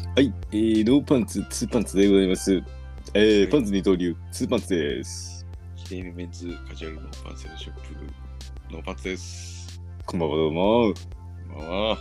はい、ノーパンツ、ツーパンツでございます。パンツ二刀流、ツーパンツです。 キレイメンズカジュアルノーパンツのショップ、ノーパンツです。 こんばんは、どうも。 こんばんは。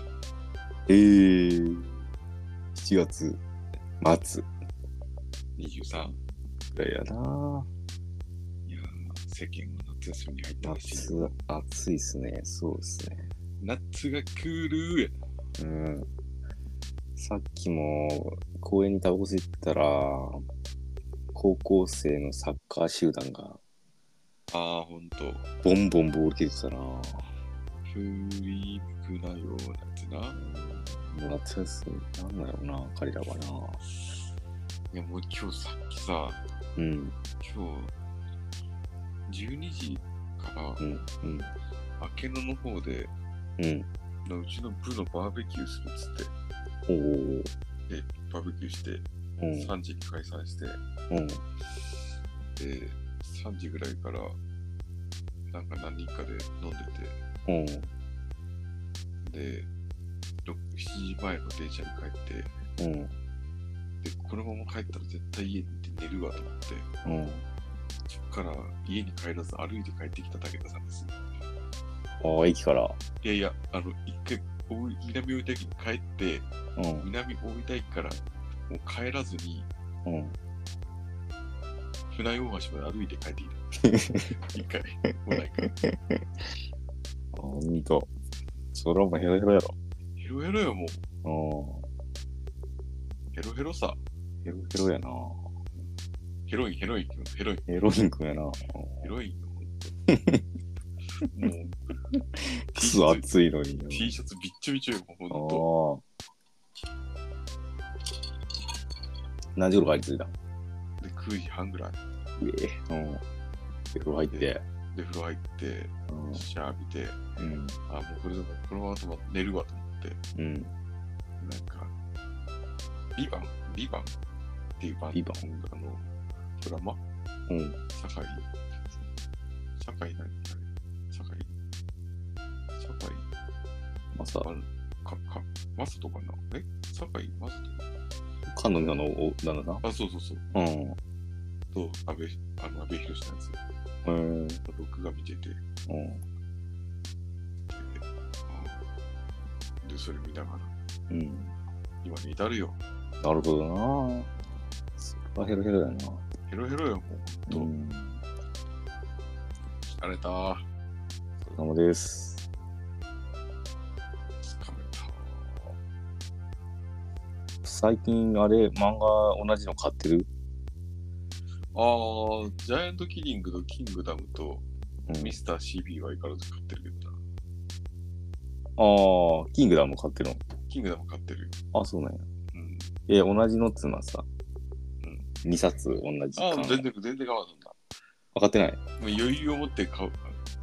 7月末。 23。 ぐらいやな。 いやー、世間は夏休みに入ったらしいよ。 暑いっすね。そうですね。 夏が来るや。 うん。さっきも公園にタバコ吸ってたら、高校生のサッカー集団が、 ほんと。 ボンボンボール蹴ってたな。 振り向くなようなやつな。 もう夏休み、なんだろうな、彼らはな。 いや、もう今日さっきさ、 うん。 今日、12時から、 うん。うん。 明け野の方で、 うん。 うちの部のバーベキューするっつって、 おお。 で、バーベキューして、3時に解散して、で、3時ぐらいからなんか何人かで飲んでて、で、7時前の電車に帰って、で、このまま帰ったら絶対家に寝るわと思って、そっから家に帰らず歩いて帰ってきた武田さんです。 駅から。 いやいや、一回南大分駅に帰って、南大分駅からもう帰らずに、船大橋まで歩いて帰ってきた。一回、もうないから。 ほんと。それはもうヘロヘロやろ。 ヘロヘロよ、もう。ヘロヘロさ。 ヘロヘロやな。 ヘロインくんやな。 ヘロインよ。もう、 クソ暑いのに。 T シャツびっちょびちょよ、ほんと。 何時頃帰ってきた？ で、9時半ぐらい。 風呂入って。 で、風呂入って、シャワー浴びて、もうこのまま寝るわと思って、なんか、ビバンっていうバンドのドラマ社会マサとかな堺マサと菅野美穂の旦那さん？ そう。と、阿部寛のやつ。録画見てて。で、それ見ながら。今に至るよ。 なるほどな。それはヘロヘロやな。 ヘロヘロよ、もう。ほんと。疲れた。 お疲れ様です。最近あれ漫画同じの買ってる？ ジャイアントキリングとキングダムとミスター CB は相変わらず買ってるけどな。 キングダム買ってるの？ キングダム買ってるよ。 そうなんや。同じのっつうのはさ、2冊同じか。 全然買わんだ。 分かってない？ もう余裕を持って買う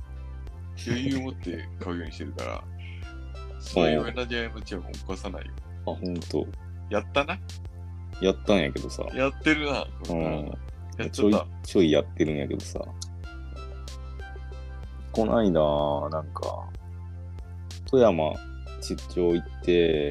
ようにしてるから、そういう同じ過ちはもう起こさないよ。 ほんと。 やったな。 やったんやけどさ。 やってるな。やっちゃった。 ちょいやってるんやけどさ。この間、なんか、富山出張行って、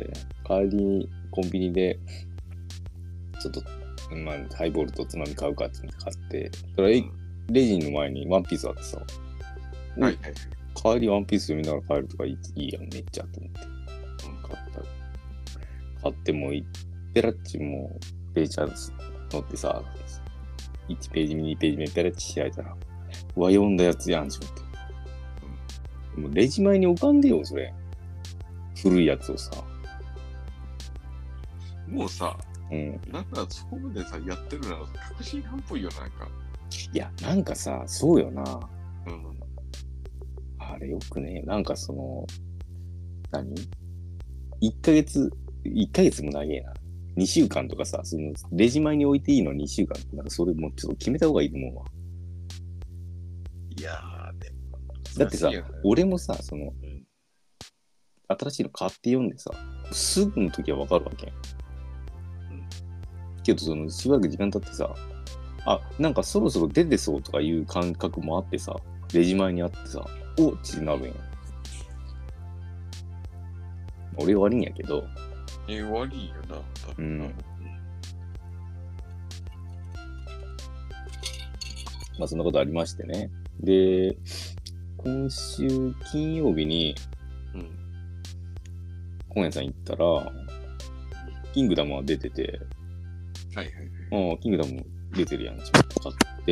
帰りにコンビニで、ちょっと、ハイボールとつまみ買うかって買って、それレジの前にワンピースあってさ、帰りワンピース読みながら帰るとかいいやん、めっちゃと思って。買ってもペラッチもページ乗ってさ、1ページ目、2ページ目、ペラッチ開いたら、読んだやつやんしょって。もうレジ前に浮かんでよ、それ。古いやつをさ。 もうさ、なんかそこまでさ、やってるなら確信犯っぽいよ、なんか。 いや、なんかさ、そうよな。あれよくね、なんか1ヶ月も長えな。2週間とかさ、レジ前に置いていいの2週間。なんかそれもちょっと決めた方がいいと思うわ。 いやー、でも。 だってさ、俺もさ、新しいの買って読んでさ、すぐの時はわかるわけ。けど、しばらく時間経ってさ、なんかそろそろ出てそうとかいう感覚もあってさ、レジ前にあってさ、おっってなるんや。俺悪いんやけど、 悪いよな、多分な。 まあそんなことありましてね。で、今週金曜日に、本屋さん行ったら、キングダムは出てて、 はいはいはい。 キングダム出てるやん、ちょっと買って、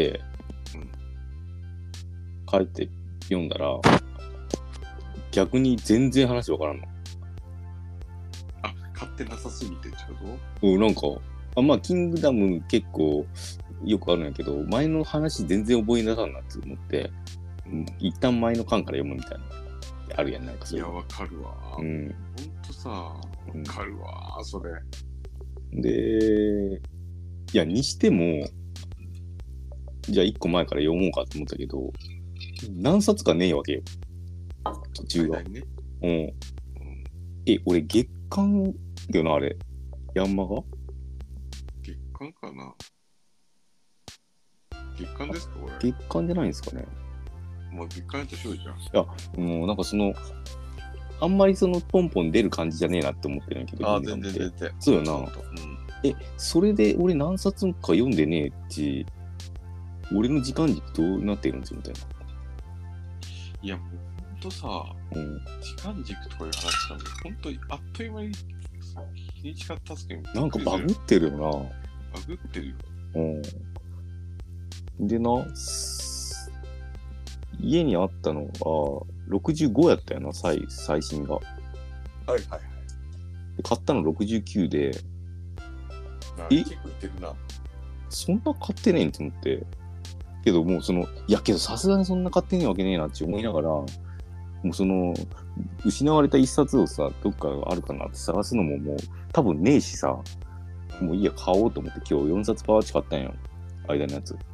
帰って読んだら、逆に全然話わからんの。 あ、買ってなさすぎてちょうど？なんか、まあ、キングダム結構よくあるんやけど、前の話全然覚えなさんなって思って、一旦前の巻から読むみたいな。あるやん、なんかそういう。 いや、わかるわ。ほんとさ、わかるわ、それ。 で、いや、にしても、じゃあ一個前から読もうかと思ったけど、何冊かねえわけよ。途中が。俺月刊よな、あれ。ヤンマガ？ 月刊かな？月刊ですか、これ。 月刊じゃないんですかね。 もう月刊やとしようじゃん。いや、もうなんかあんまりポンポン出る感じじゃねえなって思ってるんやけど。 全然。 そうよな。それで俺何冊か読んでねえって、俺の時間軸どうなってるんですよみたいな。 いや、もうほんとさ、時間軸とかいう話したのに、ほんとあっという間に日にちが経つけど、 なんかバグってるよな。 バグってるよ。 でな、家にあったのが65やったよな、最新が。 はいはいはい。 で買ったの69で、 結構いってるな。 そんな買ってねえんって思って。けどもういやけどさすがにそんな買ってねえわけねえなって思いながら、もう失われた一冊をさ、どっかあるかなって探すのももう多分ねえしさ、もういいや買おうと思って今日4冊パーチ買ったんやん。間のやつ。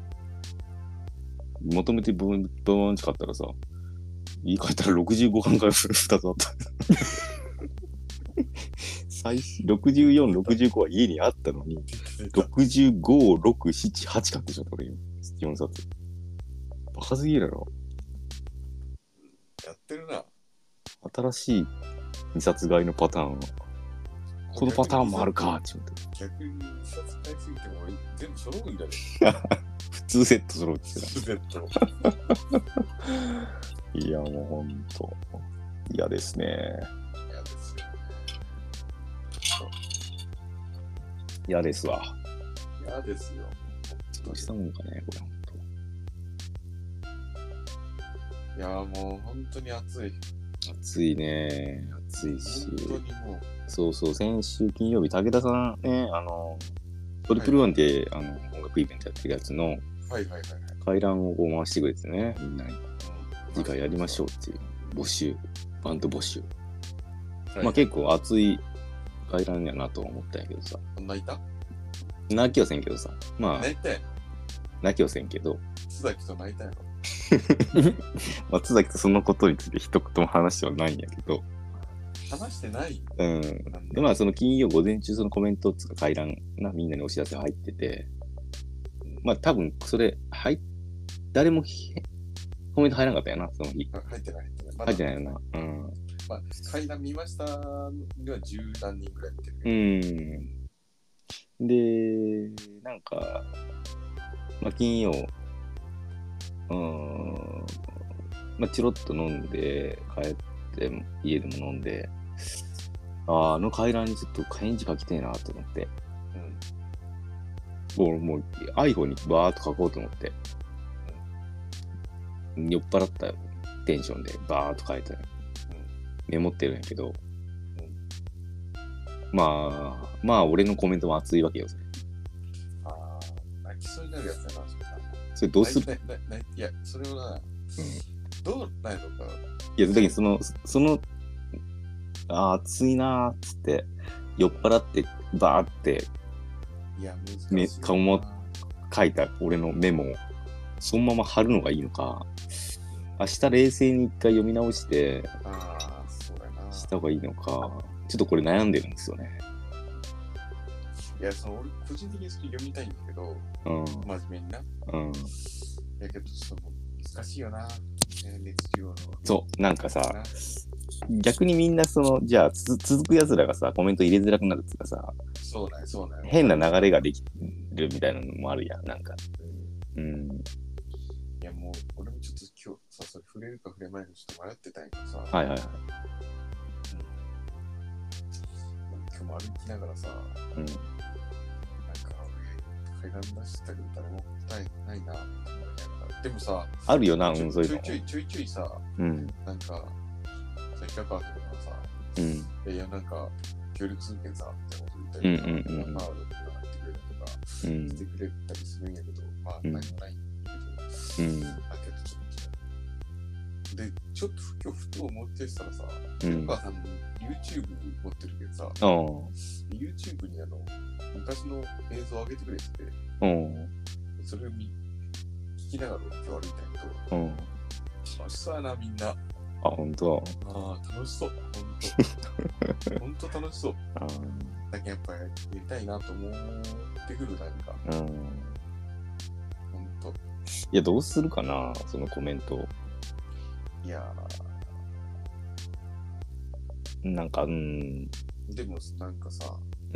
まとめてブーンチ買ったらさ、言い換えたら65巻から2つあった。64、65は家にあったのに、65、6、7、8買ってしまった俺今。4冊。バカすぎるやろ。 やってるな。 新しい2冊買いのパターンは。このパターンもあるかって思って。 逆に2冊買いすぎても全部揃うんだよ。 普通セット揃うって言ってた。 普通セット。 いや、もうほんと。嫌ですね。 嫌ですよ。 嫌ですわ。 嫌ですよ。 どうしたもんかね、これほんと。 いや、もう本当に暑い。 暑いね。暑いし。 本当にもう。 そうそう、先週金曜日、武田さんね、トリプルワンで、音楽イベントやってるやつの、回覧を回してくれてね、みんなに。次回やりましょうっていう募集、バンド募集。まあ結構熱い回覧やなと思ったんやけどさ。 泣いた？ 泣きはせんけどさ。まあ、泣きはせんけど。 津崎と泣いたやろ。 まあ、津崎とそのことについて一言も話してはないんやけど。 話してない？ で、まあ、その金曜午前中、そのコメントつか回覧な、みんなにお知らせが入ってて、まあ、多分、それ、誰もコメント入らなかったよな、その日。 入ってない。 入ってないよな。 まあ、回覧見ましたには10何人ぐらい見てる。で、なんか、まあ、金曜、まあ、チロッと飲んで、帰って、家でも飲んで、あの回覧にちょっと返事書きたいなと思って。もう iPhone にバーっと書こうと思って。酔っ払ったテンションでバーっと書いて、メモってるんやけど、まあ、俺のコメントも熱いわけよ、それ。 泣きそうになるやつやな、 それどうする？ いや、それはな、どうないのか。 いや、だけど暑いなーっつって、酔っ払ってバーって、顔も書いた俺のメモを、そのまま貼るのがいいのか、明日冷静に一回読み直して、した方がいいのか、ちょっとこれ悩んでるんですよね。 いや、俺、個人的にそれ読みたいんだけど、真面目にな。やけど、難しいよな、熱量の。 そう、なんかさ、 逆にみんなじゃあ続くやつらがさ、コメント入れづらくなるっていうかさ、 そうだよ、そうだよ。 変な流れができるみたいなのもあるやん、なんか。 うん。いや、もう、俺もちょっと今日さ、それ触れるか触れまいかちょっと迷ってたんやけどさ。 はいはいはい。 今日も歩きながらさ、なんか、階段出したけど誰も答えないなって思いながら。でもさ、 あるよな、そういうの。 ちょいちょいさ、なんか、せっかくあるからさ、いや、なんか、協力するけんさ、みたいなこと言ったりとか、ってくれたとか、してくれたりするんやけど、まあ、何もないんだけど、だけどちょっと今日ふと思ってたらさ、お母さん YouTube 持ってるけどさ、YouTube に昔の映像を上げてくれてて、それを聞きながら今日歩いたんやけど、楽しそうやな、みんな。 あ、ほんと。 楽しそう。ほんと楽しそう。だけどやっぱりやりたいなと思ってくる、何か。ほんと。 いや、どうするかな、そのコメント。 いやなんか、 でも、なんかさ、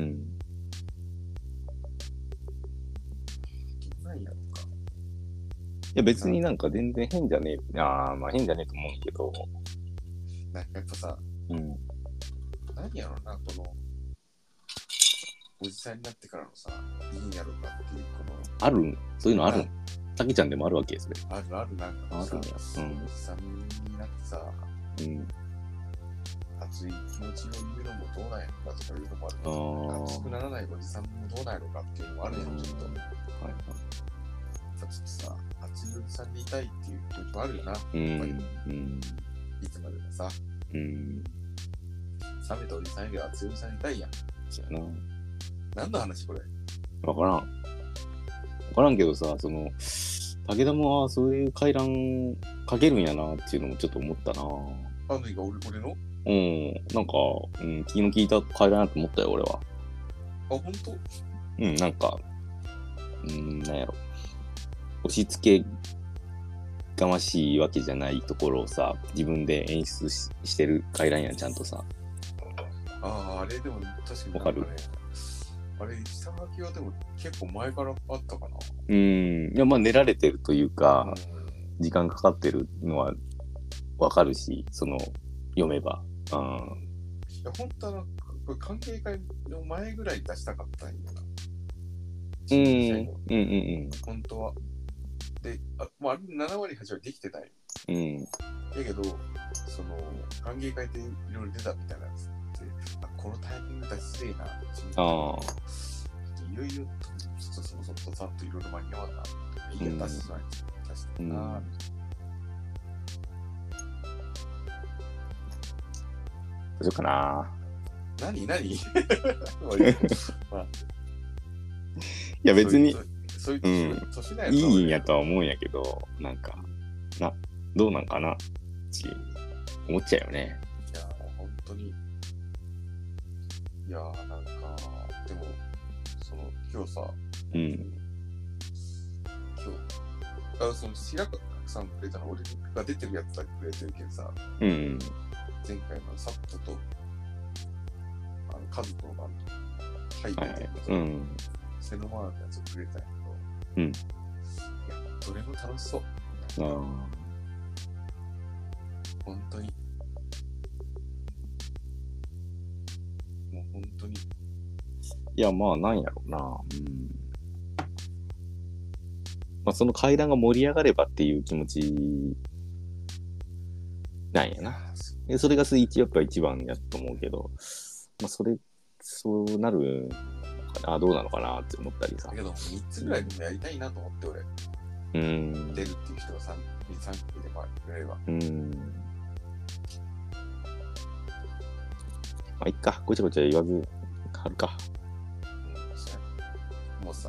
何やろか。 いや、別になんか全然変じゃねえ。まあ変じゃねえと思うけど。 なんかやっぱさ、何やろな、この、おじさんになってからのさ、いいんやろかっていう、この。 あるそういうのあるたけちゃんでもあるわけそれ。 ある、なんかさ、おじさんになってさ、熱い気持ちを言うのもどうなんやろかとかいうのもある。熱くならないおじさんもどうなんやろかっていうのもあるやん、ちょっと。ちょっとさ、熱いおじさんにいたいっていう気持ちもあるよな、やっぱり。いつまでもさ。冷めたおじさんより熱いおじさんにいたいやん。 そうやな。 何の話これ？ わからんけどさ、武田もそういう回覧かけるんやなっていうのもちょっと思ったな。 俺の？ なんか、気の利いた回覧だと思ったよ、俺は。 ほんと？ なんか、なんやろ。押し付けがましいわけじゃないところをさ、自分で演出してる回覧やん、ちゃんとさ。 あれでも確かに、 わかる？ あれ、下書きはでも結構前からあったかな。 いや、まあ練られてるというか、時間かかってるのはわかるし、読めば。 いや、本当は関係会の前ぐらいに出したかったんよな。本当は。で、もうあれ7割8割できてたよ。だけど、歓迎会でいろいろ出たみたいなやつって、このタイミング出しづれえなっていよいよそっとさっといろいろ間に合わな。いいや、出してな。 どうしようかな。 何いや別にそういう年だよ、 いいんやとは思うんやけど、なんかどうなんかなって思っちゃうよね。 いや本当に。いやなんかでも今日さ、今日白川さんくれたの俺が出てるやつだけくれてるけどさ、前回のサットとカズとのバンド入ってるけど、セノマーのやつをくれたんやけど、いやどれも楽しそう。本当にもう本当に。 いやまあなんやろうな。まあその階段が盛り上がればっていう気持ちなんやな。それがスイッチやっぱ一番やと思うけど、まあそうなるかな、どうなのかなって思ったりさ。 だけど3つぐらいでもやりたいなと思って俺。出るっていう人が3組でもくれれば。 まあいっか、ごちゃごちゃ言わずはるか。 もうさ、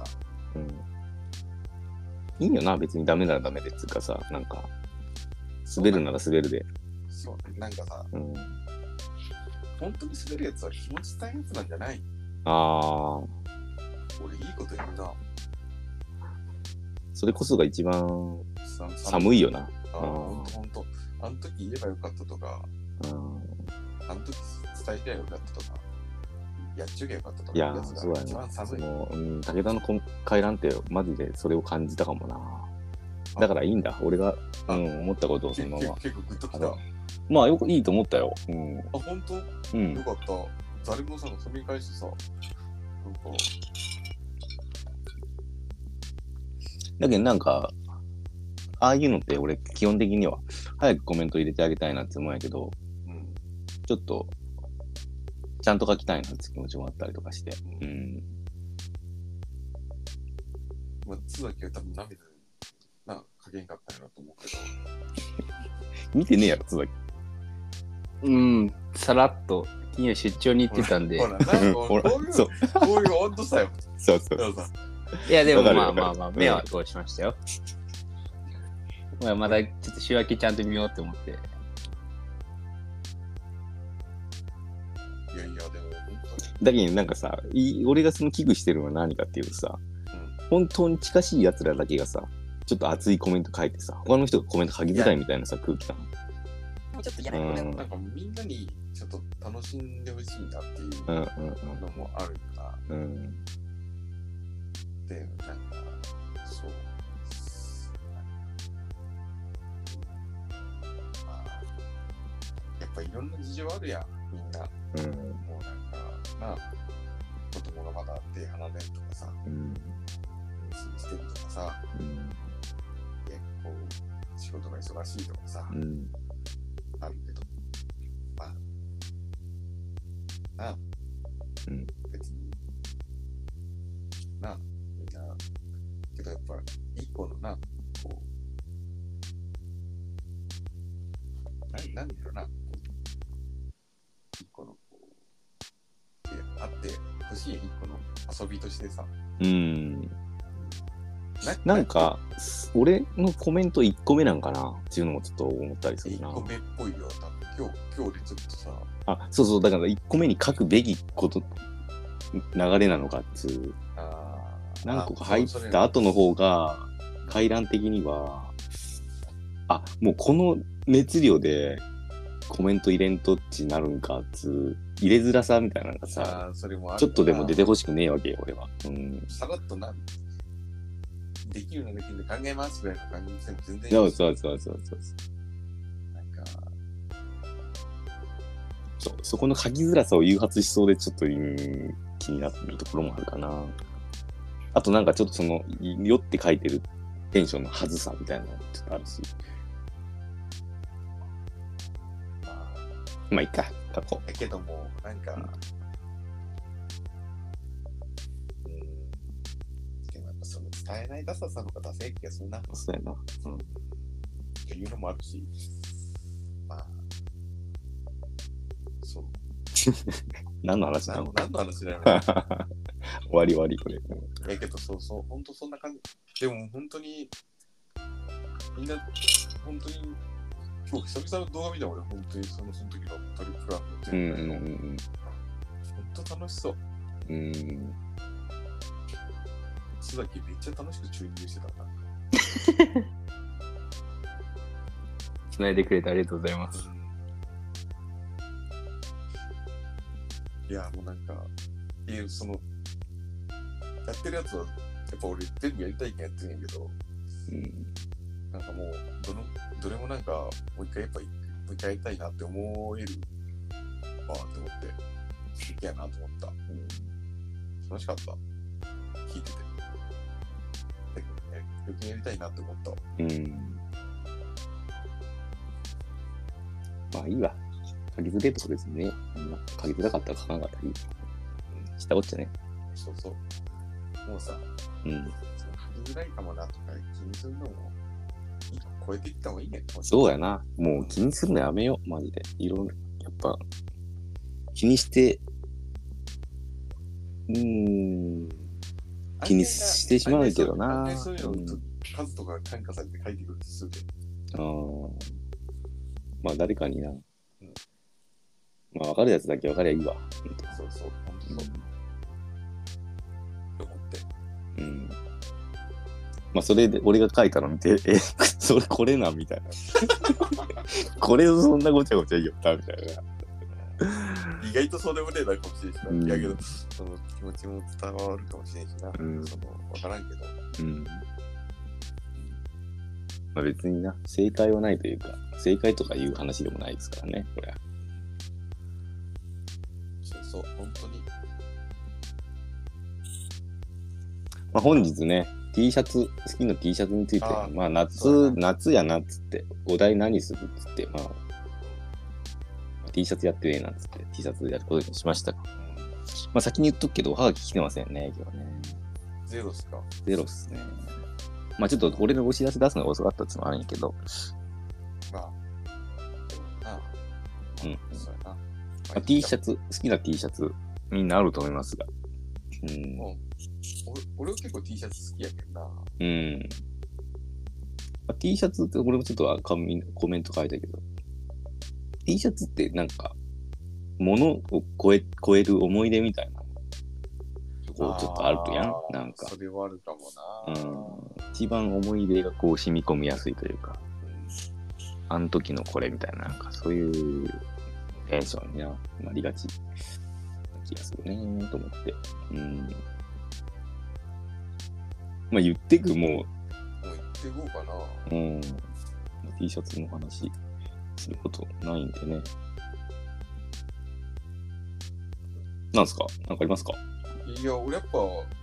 いいよな、別にダメならダメでっつうかさ、なんか滑るなら滑るで。 そうなんかさ、本当に滑るやつは気持ち伝えやつなんじゃない？俺いいこと言うな。 それこそが一番寒いよな。 ほんとあの時言えばよかったとか、 あの時伝えてよかったとか、やっちゃけよかったとか。 いや、そうやね。武田の回覧ってマジでそれを感じたかもな。だからいいんだ。俺が、思ったことをそのまま。 結構グッときた。 まあいいと思ったよ。 あ、本当？よかった。誰もさ、それに返してさ、なんか。 だけどなんか、ああいうのって俺基本的には早くコメント入れてあげたいなって思うんやけど、ちょっとちゃんと書きたいなって気持ちもあったりとかして。 まあ、津崎は多分涙書けんかったんやなと思うけど。 見てねえやろ、津崎。 さらっと、金曜出張に行ってたんで。 ほら、こういう温度差よ。 そう。 いや、でもまあ、目は通しましたよ。まだちょっと週明けちゃんと見ようって思って。 いや、でも本当だけどなんかさ、俺がその危惧してるのは何かっていうとさ、本当に近しい奴らだけがさ、ちょっと熱いコメント書いてさ、他の人がコメント書きづらいみたいなさ、空気感。 もうちょっとやれよね。なんかみんなにちょっと楽しんでほしいなっていうのもあるから。で、なんか、そう。やっぱいろんな事情あるやん、みんな。もうなんか、子供がまだ手離れんとかさ、してるとかさ、結構仕事が忙しいとかさ、あるけど、別に、みんな、けどやっぱ一個のこう、なんだろうな、一個のあってほしい一個の遊びとしてさ。 なんか俺のコメント1個目なんかなっていうのもちょっと思ったりするな。 1個目っぽいよ、多分今日でちょっとさ。 そうだから1個目に書くべきこと流れなのかっつう。何個か入った後の方が回覧的にはもうこの熱量でコメント入れんとっちなるんかっつう入れづらさみたいなのがさ、ちょっとでも出てほしくねえわけよ俺は。 さらっとできるのできるの考えますぐらいの感じでも全然いい。そう。 なんかそこの書きづらさを誘発しそうでちょっと気になってるところもあるかな。あとなんかちょっとその酔って書いてるテンションのはずさみたいなのもちょっとあるし。まあいいか、書こう。 だけどもなんか、でもやっぱその伝えないダサさの方がダセい気がするな。 そうやな。 っていうのもあるし、そう。 何の話なの？ 何の話だよね。 終わりこれ。 けどそう本当そんな感じ。でも本当にみんな本当に今日久々の動画見た俺本当にその時のトリップランの全体の本当楽しそう。津崎めっちゃ楽しくチューニングしてたな。 繋いでくれてありがとうございます。 いやもうなんかそのやってるやつはやっぱ俺全部やりたいからやってるんやけど、なんかもうどれもなんかもう一回やりたいなって思えるわって思って素敵やなと思った。楽しかった。聞いてて。余計やりたいなって思った。 まあいいわ。書きづれるとですね。書きづらかったら書かなかったらいい。したこっちゃね。 そう。もうさ、書きづらいかもなとか気にするのも一個超えていった方がいいね。 そうやな。もう気にするのやめよう。マジで。いろんな、やっぱ、気にして、気にしてしまうけどな。 そういうの数とか感化されて書いてくるってすぐで。 まあ誰かにな。まあ分かるやつだけ分かりゃいいわ。 そう、本当そう。と思って。 まあそれで俺が書いたの見て、それこれなみたいな。これそんなごちゃごちゃ言ったみたいな。 外とそうでもねえなかもしれんしな。いやけど、その気持ちも伝わるかもしれんしな。その、わからんけど。 まあ別にな、正解はないというか、正解とかいう話でもないですからね、これは。 そう、本当に。 まあ本日ね、T シャツ、好きな T シャツについて、まあ夏やなっつって、お題何するっつって、まあ、T シャツやってねえなっつって、T シャツやることにしましたが。まあ先に言っとくけど、おはがき来てませんね、今日ね。 ゼロっすか？ ゼロっすね。まあちょっと俺のお知らせ出すのが遅かったっていうのはあるんやけど。 まあ、そうやな。まあ、T シャツ、好きな T シャツ、みんなあると思いますが。 俺は結構 T シャツ好きやけどな。 T シャツって俺もちょっとコメント書いたけど、T シャツってなんか、物を超える思い出みたいなこうちょっとあるとやん、なんか。 それはあるかもな。 一番思い出がこう染み込みやすいというか、あの時のこれみたいな、なんかそういうテンションになりがちな気がするねと思って。まあ言ってくもう。 言っていこうかな。 T シャツの話することないんでね。なんすか？なんかありますか？ いや、俺やっぱ、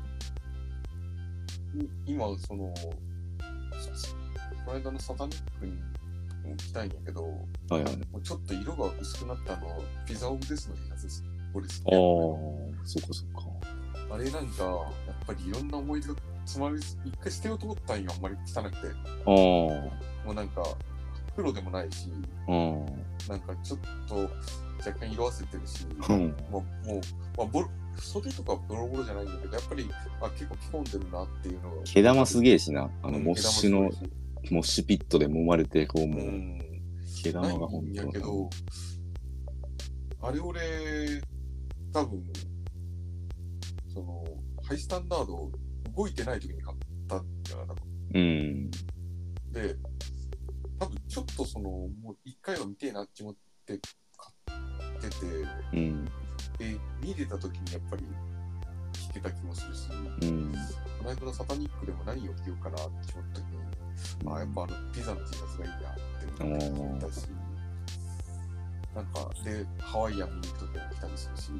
今、その、この間のサタニックにも来たいんやけど、もうちょっと色が薄くなったピザオブですのやつです。これ好き。 そっかそっか。 あれなんか、やっぱりいろんな思い出が詰まり、一回捨てようと思ったんよ、あんまり汚くて。もうなんか、黒でもないし、なんかちょっと若干色あせてるし、もう、袖とかボロボロじゃないんだけど、やっぱり結構着込んでるなっていうのが。 毛玉すげえしな。モッシュピットで揉まれて、こうもう、毛玉がほんと。 やけど、あれ俺、多分、その、ハイスタンダード動いてない時に買ったんじゃないかな。で、多分ちょっとその、もう一回は見てえなって思って買ってて、で、見れた時にやっぱり弾けた気もするし、この間のサタニックでも何を着ようかなって思った時に、やっぱピザの T シャツがいいなって思ったし、なんか、で、ハワイアン見に行く時も着たりするし、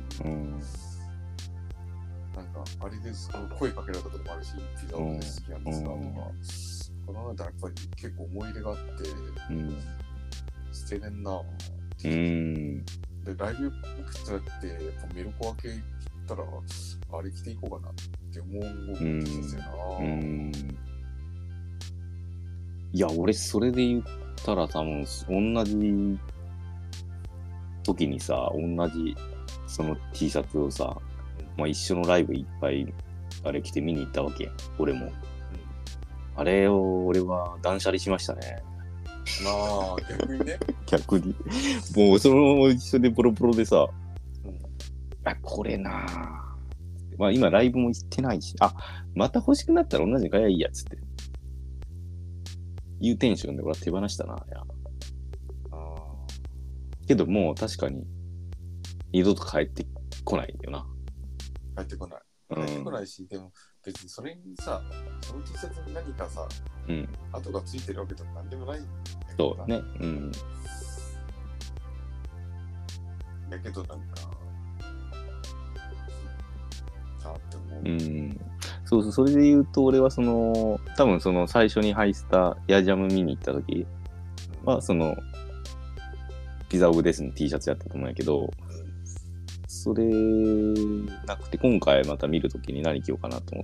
なんか、あれでその声かけられたこともあるし、ピザを好きなんですが、とか、考えたらやっぱり結構思い入れがあって、捨てれんなぁ。で、ライブ行くってなって、やっぱメロコア系行ったら、あれ着ていこうかなって思うんですよな。 いや、俺それで言ったら多分、同じ時にさ、同じその T シャツをさ、まあ一緒のライブいっぱいあれ着て見に行ったわけやん、俺も。あれを俺は断捨離しましたね。 逆にね。 逆に。もうその一緒でボロボロでさ、これなぁ。まあ今ライブも行ってないし、また欲しくなったら同じの買えばいいやつって。いうテンションで俺は手放したな。けどもう確かに二度と帰ってこないよな。 帰ってこない。帰ってこないし、でも別にそれにさ、その T シャツに何かさ、跡がついてるわけでもなんでもないんだけど。 そうね。 だけどなんか、って思う。 そう、それで言うと俺はその、多分その最初にハイスタヤジャム見に行った時は、その、ピザオブですの T シャツやったと思うんやけど、それなくて今回また見るときに何着ようかなと思って、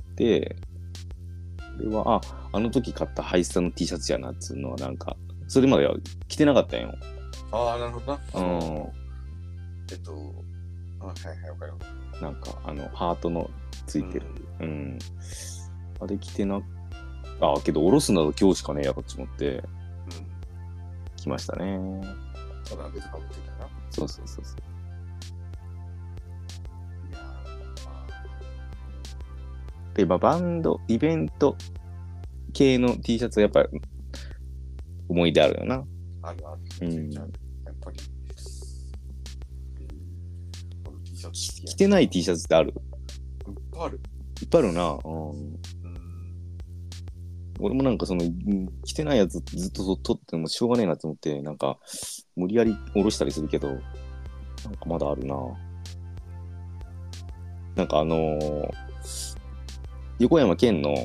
これはあの時買ったハイスタの T シャツやなっつうのはなんかそれまでは着てなかったんよ。 なるほどな。わかる。 なんかハートのついてる。あれ着てけどおろすなど今日しかねえやろって思って着ましたね。 ただ別にかぶってたな。 そう。で、バンド、イベント系の T シャツはやっぱり思い出あるよな。 ある。やっぱり。 T シャツ。 着てない T シャツってある？ いっぱいある。 いっぱいあるな。俺もなんかその着てないやつずっと取ってもしょうがねえなと思ってなんか無理やり下ろしたりするけどなんかまだあるな。なんか横山健の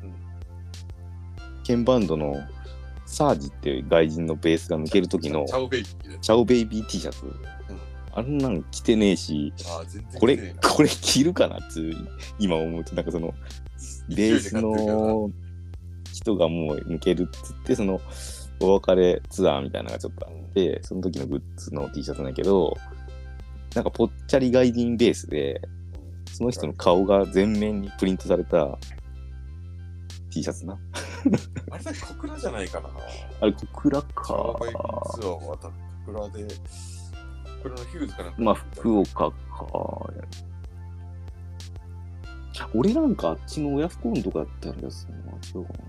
鍵バンドのサージっていう外人のベースが抜ける時のチャオベイビー。 チャオベイビー T シャツ、あんなん着てねえし、これ着るかなって今思うとなんかそのベースの人がもう抜けるっつってそのお別れツアーみたいなのがちょっとあってその時のグッズの T シャツなんだけどなんかぽっちゃり外人ベースでその人の顔が全面にプリントされた T シャツなあれだけ小倉じゃないかな。 あれ小倉か。 チャオベイビーツアーを渡って小倉で小倉のヒューズかな。 まあ福岡か。俺なんかあっちの親不孝のとかやったらですね。違うかな。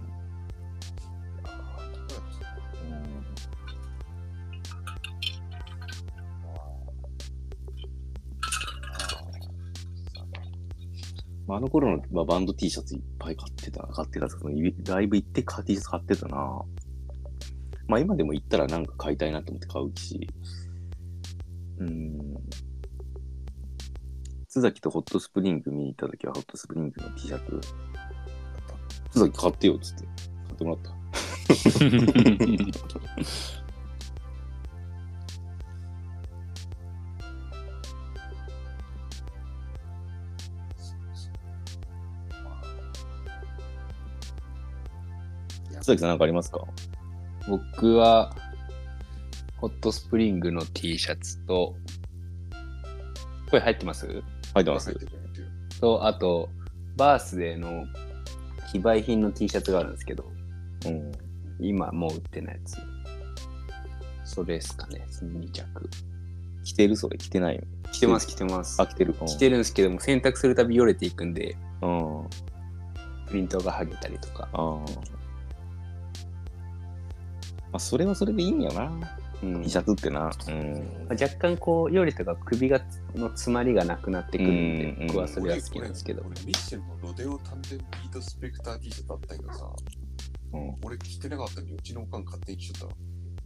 あの頃のバンド T シャツいっぱい買ってた。ライブ行ってT シャツ買ってたな。まあ今でも行ったらなんか買いたいなと思って買うし。津崎とホットスプリング見に行った時はホットスプリングの T シャツ。津崎買ってよっつって買ってもらった。津崎さんなんかありますか？ 僕はホットスプリングの T シャツとこれ入ってます？ 入ってます。 とあとバースデーの非売品の T シャツがあるんですけど、今もう売ってないやつ。それですかね。その2着。 着てる？それ着てないよ。 着てます着てます。 あ、着てる。 着てるんですけども洗濯するたびよれていくんで、プリントが剥げたりとか。 それはそれでいいんやな。T シャツってな。 若干こうよれとか首がの詰まりがなくなってくるんで、僕はそれは好きなんですけど。 俺ミッシェルのロデオタンデンビートスペクター T シャツあったんやけどさ、俺着てなかったのにうちのおかん勝手に着ちゃった。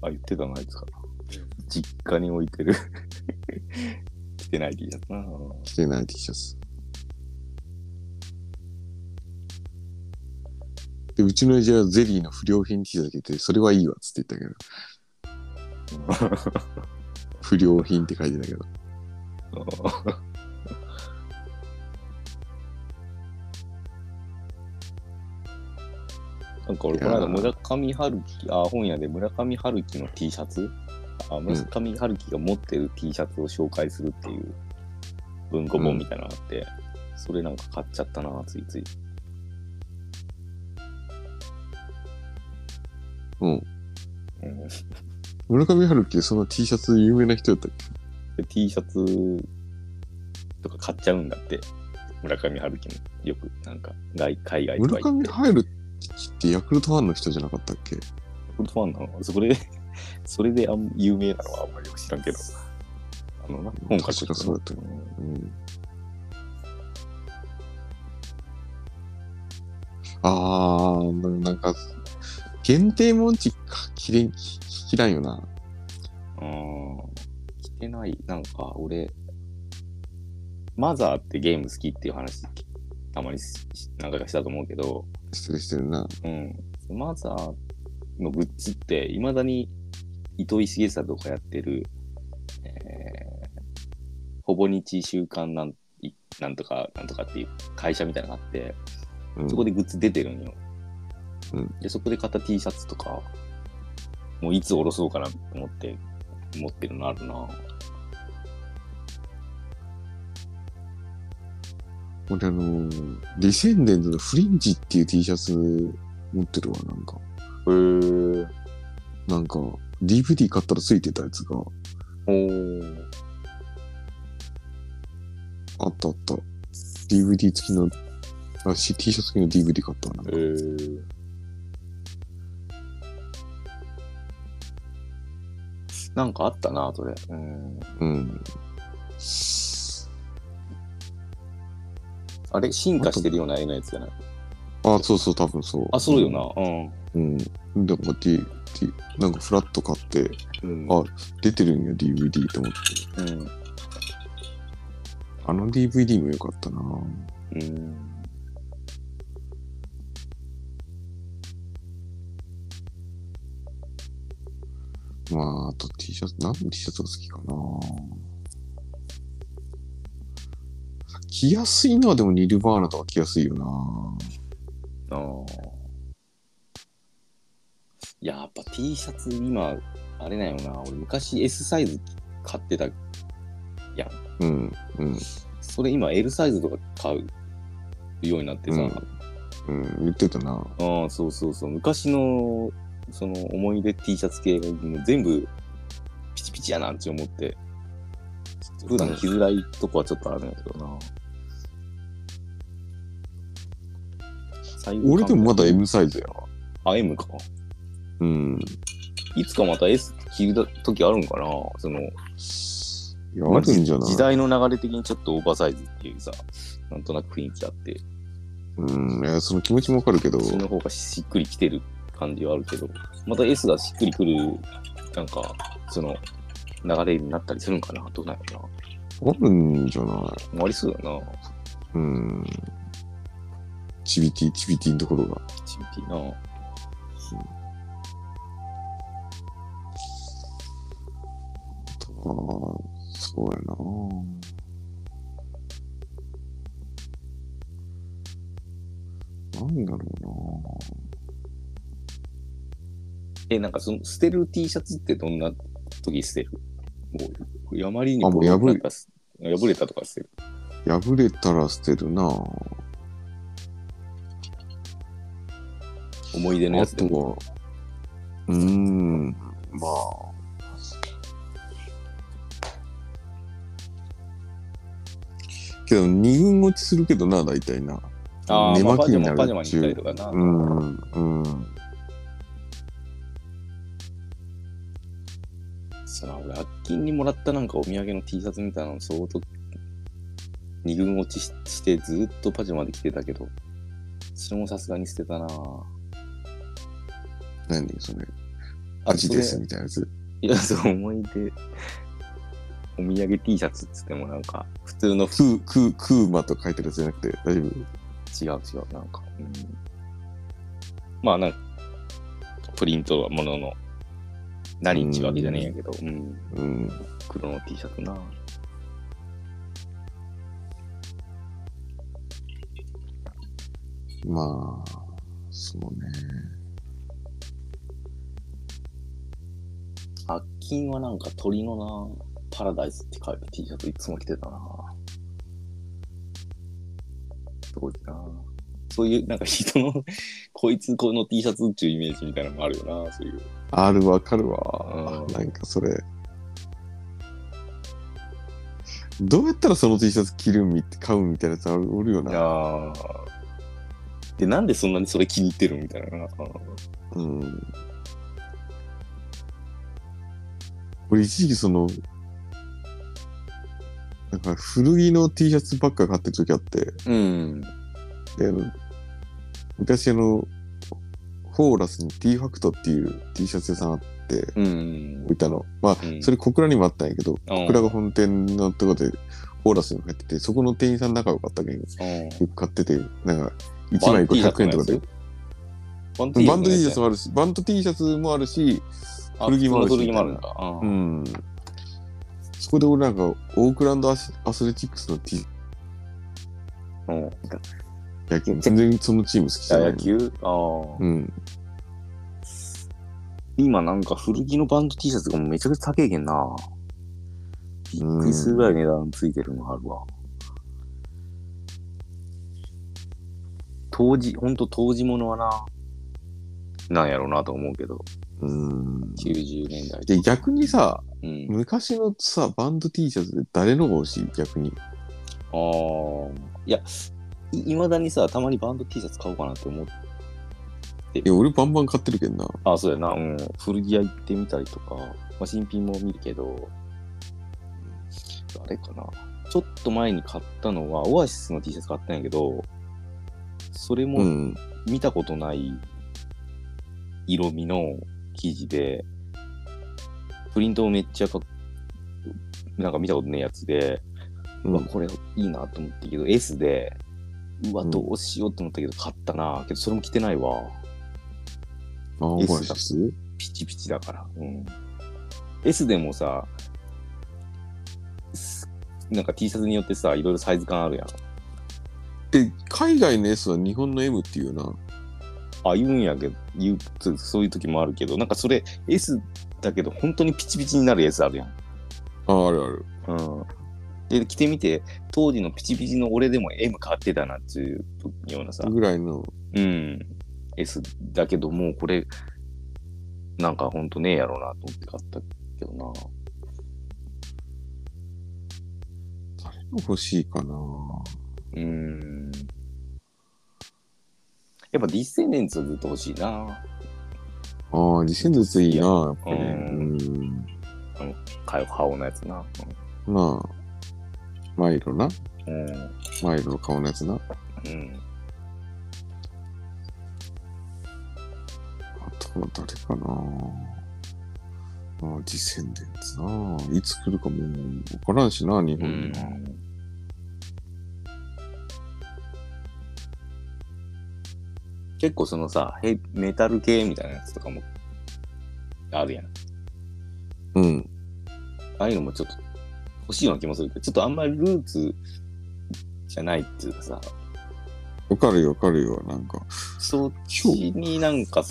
言ってたな、あいつから。実家に置いてる。着てない T シャツな。 着てない T シャツ。で、うちの親父はゼリーの不良品 T シャツ着て、それはいいわっつって言ったけど。不良品って書いてたけど。 なんか俺この間村上春樹、本屋で村上春樹の T シャツ、村上春樹が持ってる T シャツを紹介するっていう文庫本みたいなのがあって、それなんか買っちゃったな、ついつい。 村上春樹その T シャツ有名な人だったっけ？ T シャツとか買っちゃうんだって。村上春樹のよくなんか海外とか行って。 村上春樹ってヤクルトファンの人じゃなかったっけ？ヤクルトファンなの？それで有名なのはあんまりよく知らんけど。本書く人そうだったよね。なんか限定モンチ着らんよな。 着てない。なんか俺マザーってゲーム好きっていう話たまに何回かしたと思うけど、 してるな。 マザーのグッズっていまだに糸井重里とかやってる、ほぼ日週刊なんとかっていう会社みたいなのがあって、そこでグッズ出てるんよ。でそこで買った T シャツとかもういつ下ろそうかなと思って持ってるのあるな。 俺ディセンデントのフリンジっていう T シャツ持ってるわ、なんか。なんか DVD 買ったらついてたやつが。あった。DVD 付きのT シャツ付きの DVD 買ったわ。 なんかあったな、それ。 あれ進化してるような絵のやつじゃない？ あ、そうそう、多分そう。 あ、そうよな。うん。 うん。だからなんかフラッと買って、あ、出てるんや、DVD と思って。うん。あの DVD も良かったな。うん。まあ、あと T シャツ、何の T シャツが好きかな。着やすいのはでもニルバーナとか着やすいよな。ああ。 やっぱ T シャツ今、あれなんよな。俺昔 S サイズ買ってたやん。うん。うん。それ今 L サイズとか買うようになってさ。 うん、言ってたな。 ああ、そうそうそう。昔の、その思い出 T シャツ系がもう全部ピチピチやなって思って、普段着づらいとこはちょっとあるんやけどな。 俺でもまだ M サイズやな。 あ、M か。うん。いつかまた S 着るときあるんかな、その。 いや、あるんじゃない？ 時代の流れ的にちょっとオーバーサイズっていうさ、なんとなく雰囲気あって。 いや、その気持ちもわかるけど。 その方がしっくりきてる感じはあるけど、また S がしっくりくる、なんか、その、流れになったりするんかな、どうなんやろな。あるんじゃない？ ありそうだな。 チビティのところが。 チビティな。 そうやな。なんだろうな。なんかその捨てる T シャツってどんな時捨てる？もう、あまりにも破れたとか捨てる？ 破れたら捨てるな。 思い出のやつでも。まあ。けど、二軍落ちするけどな、大体な。 寝巻きになるパジャマに行ったりとかな。そら、俺、アッキンにもらったなんかお土産の T シャツみたいなの相当、二軍落ちしてずっとパジャマで着てたけど、それもさすがに捨てたな。 何それ？味ですみたいなやつ？ いや、そう、思い出。お土産 T シャツっつってもなんか、普通のクーマと書いてるやつじゃなくて、大丈夫？ 違う、なんか。まあ、なんか、プリントはものの、何日わけじゃねえんやけど、黒の T シャツな。 まあ、そうね。 アッキンはなんか鳥のな、パラダイスって書いた T シャツいつも着てたな。すごいな。そういうなんか人のこいつこの T シャツっていうイメージみたいなのもあるよな、そういう。 ある、わかるわ。なんかそれ。どうやったらその T シャツ着る買うみたいなやつおるよな。 で、なんでそんなにそれ気に入ってるみたいな。 俺一時期その、なんか古着の T シャツばっか買ってる時あって、で昔フォーラスに T ファクトっていう T シャツ屋さんあって、置いたの。まあ、それ小倉にもあったんやけど、小倉が本店のとこでフォーラスに入ってて、そこの店員さん仲良かったけん、よく買ってて、なんか1枚500円とかで。バンド T シャツもあるし、バンド T シャツもあるし、古着もあるし。 古着もあるんだ。 そこで俺なんか、オークランドアスレチックスの T、野球、全然そのチーム好きじゃない。 野球？今なんか古着のバンド T シャツがもうめちゃくちゃ高いけんな。びっくりするぐらい値段ついてるのがあるわ。ほんと当時物はな、なんやろうなと思うけど。90年代で逆にさ、昔のさバンド T シャツで誰のが欲しい？逆に。 いや、いまだにさ、たまにバンド T シャツ買おうかなって思って。 いや、俺バンバン買ってるけんな。 そうやな。古着屋行ってみたりとか、新品も見るけど、あれかな。 ちょっと前に買ったのは、オアシスの T シャツ買ったんやけど、それも見たことない色味の生地で、プリントもめっちゃなんか見たことないやつで、うわ、これいいなと思ったけど、S で、うわ、どうしようと思ったけど、買ったな。けど、それも着てないわ。 オアシスピチピチだから。うん。S でもさ、なんか T シャツによってさ、いろいろサイズ感あるやん。 で、海外の S は日本の M っていうな。 あ、言うんやけど、そういう時もあるけど、なんかそれ S だけど、本当にピチピチになる S あるやん。 あるある。 うん。で、着てみて、当時のピチピチの俺でも M 買ってたなっていうようなさ。 ぐらいの。 うん。S だけども、これ、なんかほんとねえやろうなと思って買ったけどな。 誰の欲しいかな。 やっぱディセンデンツはずっと欲しいな。 ああ、ディセンデンツいいな、やっぱり。 顔のやつな。 まあ、マイロな。 うん。 マイロの顔のやつな。 うん。 あとは誰かな。ああ、ディセンデンツな。いつ来るかもうわからんしな、日本には。 結構そのさ、メタル系みたいなやつとかもあるやん。 うん。 ああいうのもちょっと欲しいような気もするけど、ちょっとあんまりルーツじゃないっていうかさ。 わかるよ、わかるよ、なんか。 そっちになんか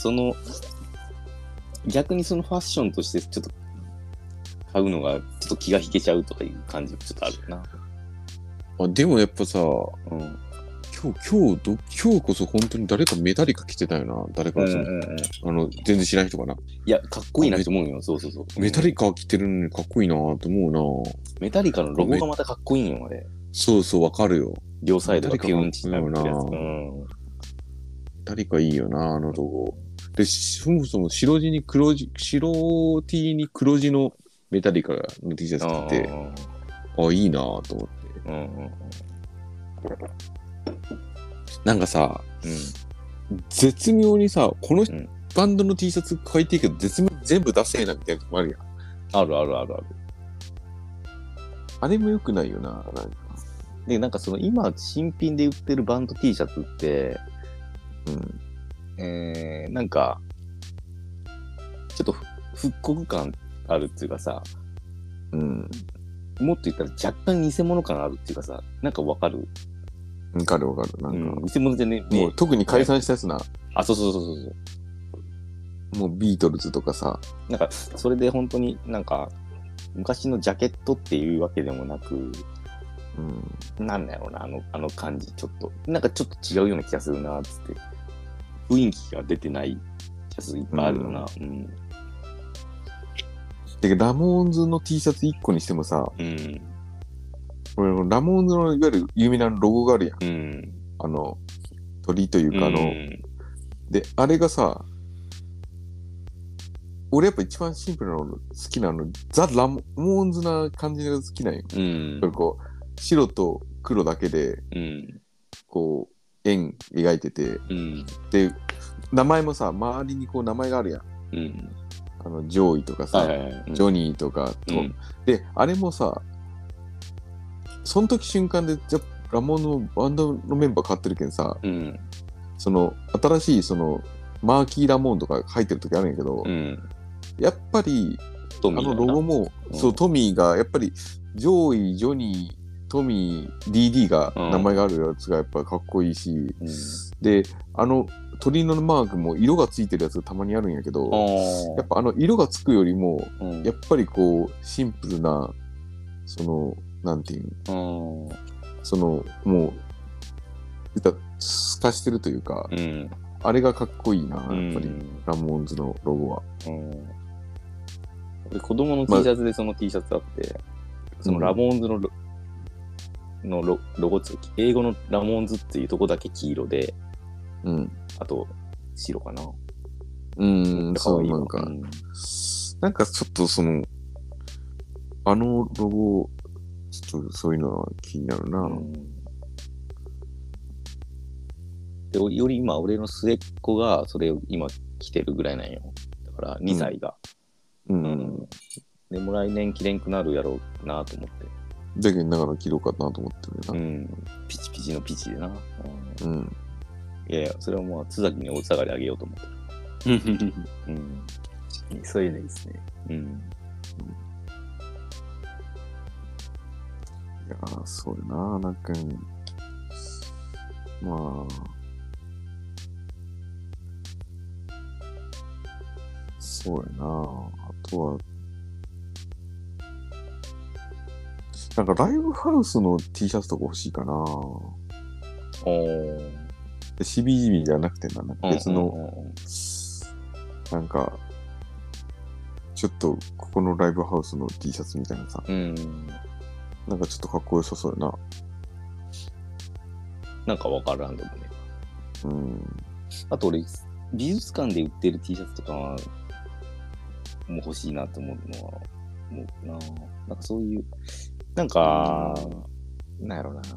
逆にそのファッションとしてちょっと買うのがちょっと気が引けちゃうとかいう感じもちょっとあるよな。 あ、でもやっぱさ、 うん。 今日こそ本当に誰かメタリカ着てたよな。誰か全然知らない人かな。 いや、かっこいいなと思うよ。そうそうそう。 メタリカ着てるのにかっこいいなと思うな。 メタリカのロゴがまたかっこいいんよ、あれ。 そうそう、わかるよ。 両サイドがピュンチになるやつ。 メタリカいいよな、あのロゴ。で、そもそも白 T に黒地のメタリカの T シャツ着て、あ、いいなと思って。なんかさ、絶妙にさ、このバンドの T シャツ買いていいけど、絶妙に全部出せえなみたいなとこあるやん。 あるあるあるある。 あれも良くないよな、なんか。 で、なんかその今、新品で売ってるバンド T シャツって、なんか、ちょっと復刻感あるっていうかさ、もっと言ったら若干偽物感あるっていうかさ、なんかわかる？ わかる。なんか、 偽物じゃね。 もう特に解散したやつな。 あ、そう。 もうビートルズとかさ。 なんか、それで本当になんか、昔のジャケットっていうわけでもなく、なんだろうな、あの感じ、ちょっと、なんかちょっと違うような気がするな、つって。雰囲気が出てないシャツいっぱいあるよな。 で、ラモーンズの T シャツ1個にしてもさ、これラモーンズのいわゆる有名なロゴがあるやん。鳥というかで、あれがさ、俺やっぱ一番シンプルなの好きなザ・ラモーンズな感じが好きなんよ。こう白と黒だけで、こう円描いてて、で名前もさ周りにこう名前があるやん。ジョイとかさ、ジョニーとかと、であれもさ、その時瞬間でじゃラモンのバンドのメンバー変わってるけんさ、その新しいそのマーキー・ラモンとか入ってる時あるんやけど、やっぱりあのロゴも、そうトミーがやっぱりジョイ、ジョニー、トミー、DD が名前があるやつがやっぱかっこいいし、で鳥のマークも色がついてるやつがたまにあるんやけど、やっぱ色がつくよりも、やっぱりこうシンプルなそのなんていうの、そのもう透かしてるというか、あれがかっこいいな、やっぱりラモーンズのロゴは。 俺子供の T シャツでその T シャツあって、そのラモーンズのロゴつき、英語のラモーンズっていうとこだけ黄色で、あと白かな。 そうなんか、なんかちょっとそのロゴちょっとそういうのは気になるな。 で、より今、俺の末っ子がそれを今来てるぐらいなんよ。だから2歳が。でも来年着れんくなるやろうなと思って。 じゃけんながら着ろうかなと思ってるな。 ピチピチのピチでな。いやいや、それはもう津崎に大下がりあげようと思ってる。 そういうのいいですね。 いやー、そうやな、なんか、まあ、そうやな、あとは、なんかライブハウスの T シャツとか欲しいかな。CBGB じゃなくてなんか別の、なんか、ちょっとここのライブハウスの T シャツみたいなさ、なんかちょっとかっこよさそうやな。 なんかわからんでもね。あと俺、美術館で売ってる T シャツとかも欲しいなと思うのは、思うな。なんかそういう、なんか、なんやろな。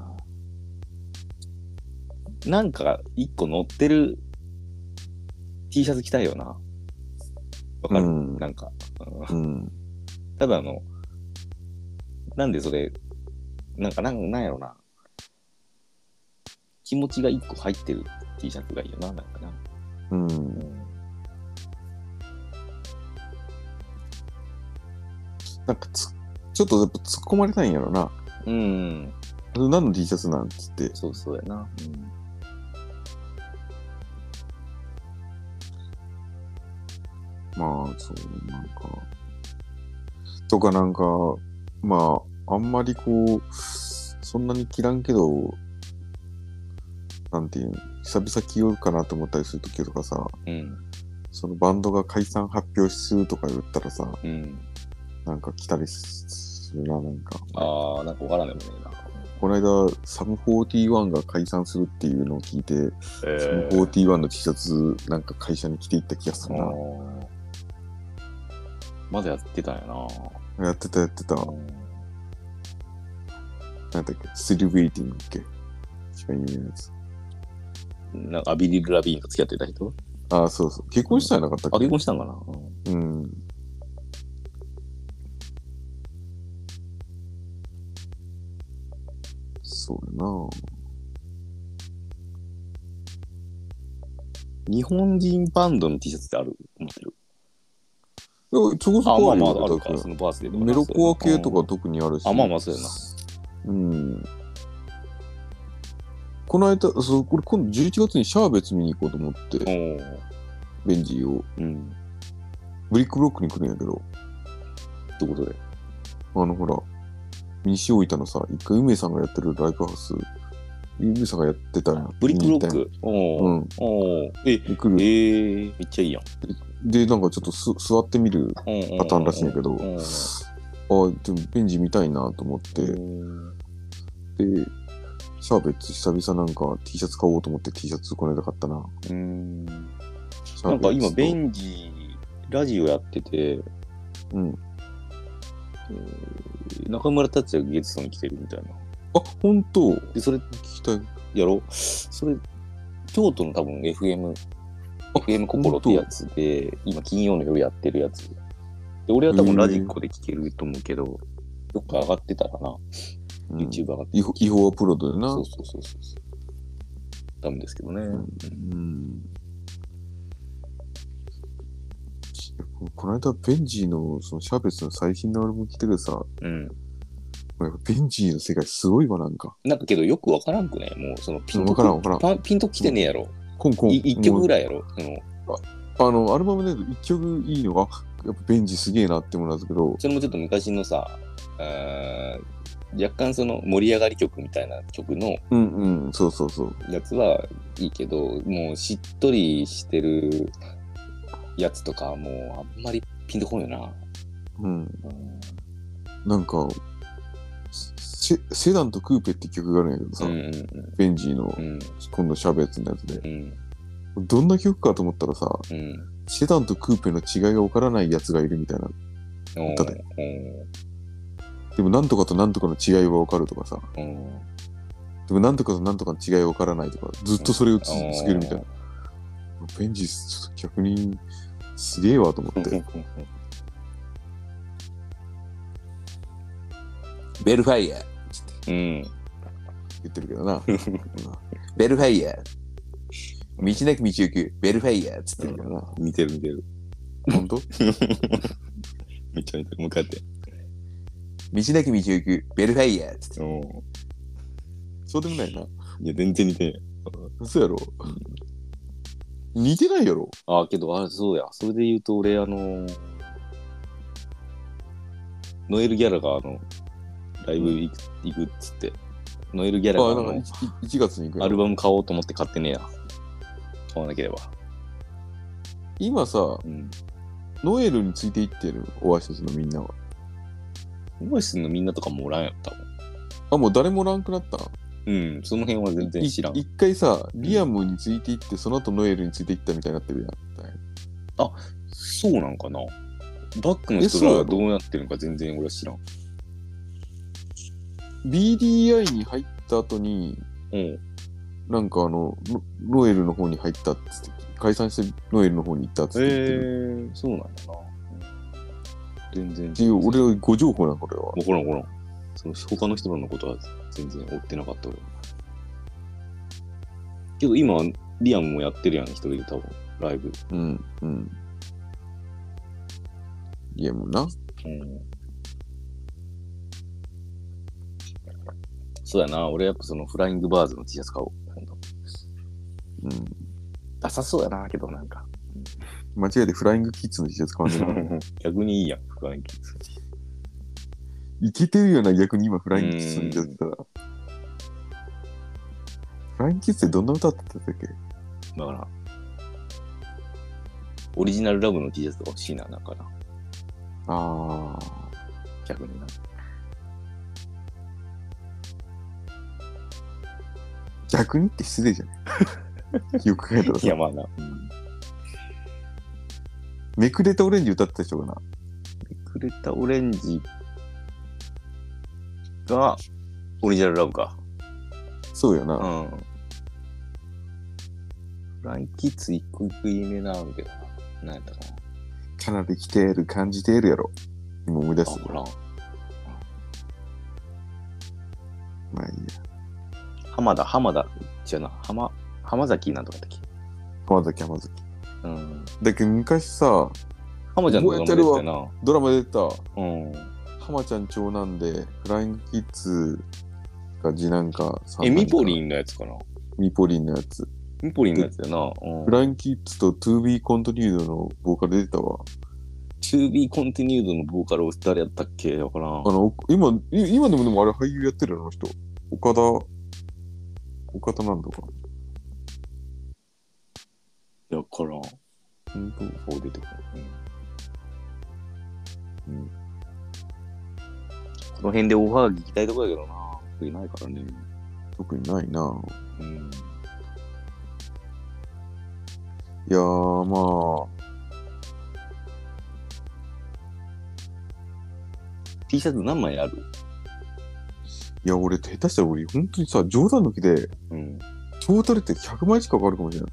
なんか一個載ってる T シャツ着たいよな。わかる、なんか。多分なんでそれ、なんやろな。気持ちが一個入ってる T シャツがいいよな、なんかな。 なんかちょっとやっぱ突っ込まれたいんやろな。何の T シャツなんつって。 そうやな。 まあ、そう、なんか。とかなんか、まあ、あんまりこう、そんなに着らんけど、なんていうの、久々着ようかなと思ったりするときとかさ、そのバンドが解散発表するとか言ったらさ、なんか来たりするな、なんか。 なんかわからんでもねえな。 この間、サム41が解散するっていうのを聞いて、サム41の T シャツなんか会社に着ていった気がするな。 まだやってたんやな。 やってた。なんだっけ、スリルウェイティングっけ、一番有名なやつ。 なんかアビリル・ラビーンが付き合ってた人？ そうそう。結婚したんなかったっけ？ 結婚したんかな。 そうやな。 日本人バンドの T シャツってある？持ってる？ ちょこそこあるよ。 あるか、そのバースデーとか。 メロコア系とか特にあるし。 そうやな。 この間、これ今度11月にシャーベツ見に行こうと思って、ベンジーを。ブリックブロックに来るんやけど。 どこで？ ほら、西大分のさ、一回梅さんがやってるライブハウス、梅さんがやってたやん。 ブリックブロック？来る？めっちゃいいやん。 で、なんかちょっと座ってみるパターンらしいんやけど、でもベンジ見たいなと思って、で、シャーベッツ久々なんか T シャツ買おうと思って T シャツこの間買ったな。 なんか今ベンジラジオやってて、中村達也がゲストに来てるみたいな。 ほんと？ で、それ聞きたいやろ？それ、京都の多分 FM 心ってやつで、今金曜の夜やってるやつ。で、俺は多分ラジコで聞けると思うけど、どっか上がってたらな。YouTube 上がってる。 違法アップロードでな。 そう。ダメですけどね。 この間、ベンジーのそのシャーベツの最新のアルバム来てるさ、ベンジーの世界すごいわ、なんか。 なんかけどよくわからんくね。もうそのピンと来てねえやろ。一曲ぐらいやろ。 アルバムで一曲いいのが、やっぱベンジーすげえなって思うんですけど。 それもちょっと昔のさ、若干その盛り上がり曲みたいな曲のそうやつはいいけど、もうしっとりしてるやつとかもうあんまりピンとこんよな。 なんかセダンとクーペって曲があるんやけどさ、ベンジーの、今度シャーベツのやつで、どんな曲かと思ったらさ、セダンとクーペの違いが分からないやつがいるみたいな歌で、 でもなんとかとなんとかの違いは分かるとかさ、でもなんとかとなんとかの違いは分からないとか、ずっとそれを続けるみたいな。ベンジちょっと逆にすげえわと思って。 ベルファイヤー。 言ってるけどな。 ベルファイヤー。道なき道行く、ベルファイヤーっつってるけどな。 見てる。 ほんとめっちゃ見てる。向かって。 道なき道行く、ベルファイヤーっつってる。 そうでもないな。いや、全然似てない。 そうやろ。似てないやろ。 けど、そうや。それで言うと、俺、ノエル・ギャラが、ライブ行くっつって、ノエル・ギャラが 1月に行くアルバム買おうと思って買ってねえや。買わなければ。 今さ、ノエルについていってるオアシスのみんなは。 オアシスのみんなとかもおらんやった。 もう誰もおらんくなった。 その辺は全然知らん。 一回さ、リアムについていって、その後ノエルについていったみたいになってるやん。 そうなんかな。バックの人らがどうなってるのか全然俺は知らん。 BDI に入った後に、なんかノエルの方に入ったっつって、解散してノエルの方に行ったっつって言ってる。 そうなんだな。全然。 っていう、俺は誤情報なんこれは。 ほら。その他の人らのことは全然追ってなかった俺。けど今、リアムもやってるやん、一人で多分、ライブ。 リアムな。 そうやな、俺やっぱそのフライングバーズの T シャツ買おう。ダサそうやな、けどなんか。 間違えてフライングキッズの T シャツ買わんねえ逆にいいやん、フライングキッズ。 いけてるよな、逆に今フライングキッズの T シャツだったら。フライングキッズってどんな歌ってたっけ？ だから、オリジナルラブの T シャツとか欲しいな、なんかな。逆にな。 逆にって失礼じゃん。よく考えたらさ。 いや、まあな。 めくれたオレンジ歌ってた人かな。 めくれたオレンジがオリジナルラブか。 そうやな。 フラインキッズ行く意味なんだけどな。何やったかな。 かなり来てる、感じてるやろ。今思い出す。 ほら。 まあいいや。 浜田、違うな。浜崎なんとかだっけ。 浜崎。だけど昔さ、 浜ちゃんのドラマ出てたな。 ドラマ出てた。浜ちゃん長男で、フライングキッズが次男か。 ミポリンのやつかな。 ミポリンのやつ。 ミポリンのやつやな。 フライングキッズと To Be Continued のボーカル出てたわ。 To Be Continued のボーカル誰やったっけわからん。 今でもあれ俳優やってるの人。岡田なんとか。 いや、からん。そう出てくる。この辺でオファー聞きたいとこやけどな。特にないからね。 特にないな。いやー、まあ。 T シャツ何枚ある？ いや、俺、下手したら本当にさ、冗談抜きで、トータルって100枚近くあるかもしれない。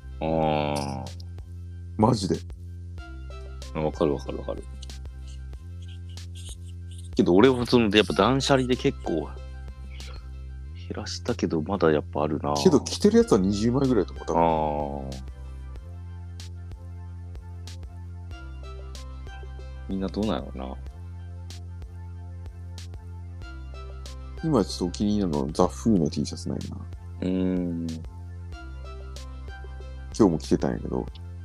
マジで。 わかる。けど俺はやっぱ断捨離で結構減らしたけど、まだやっぱあるな。 けど着てるやつは20枚ぐらいと思った。 みんなどうなんやろうな。 今ちょっとお気に入りなのザ・フーの T シャツないな。今日も着てたんやけど。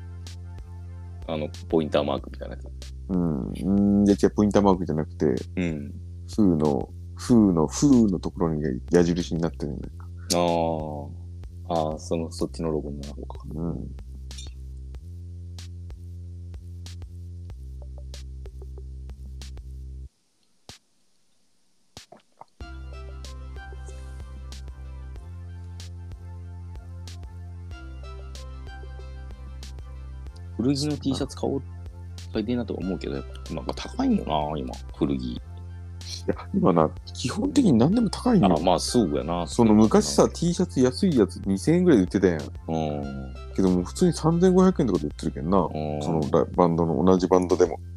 ポインターマークみたいなやつ。 じゃあポインターマークじゃなくて、フーのところに矢印になってるんだよ。 そっちのロゴになるのか。古着の T シャツ買いたいなとは思うけど、やっぱ高いよな、今、古着。 や今な、基本的に何でも高いんよ。 まあそうやな。 その昔さ、T シャツ安いやつ2000円ぐらいで売ってたやん。けども普通に3500円とかで売ってるけんな。そのバンドの、同じバンドでも。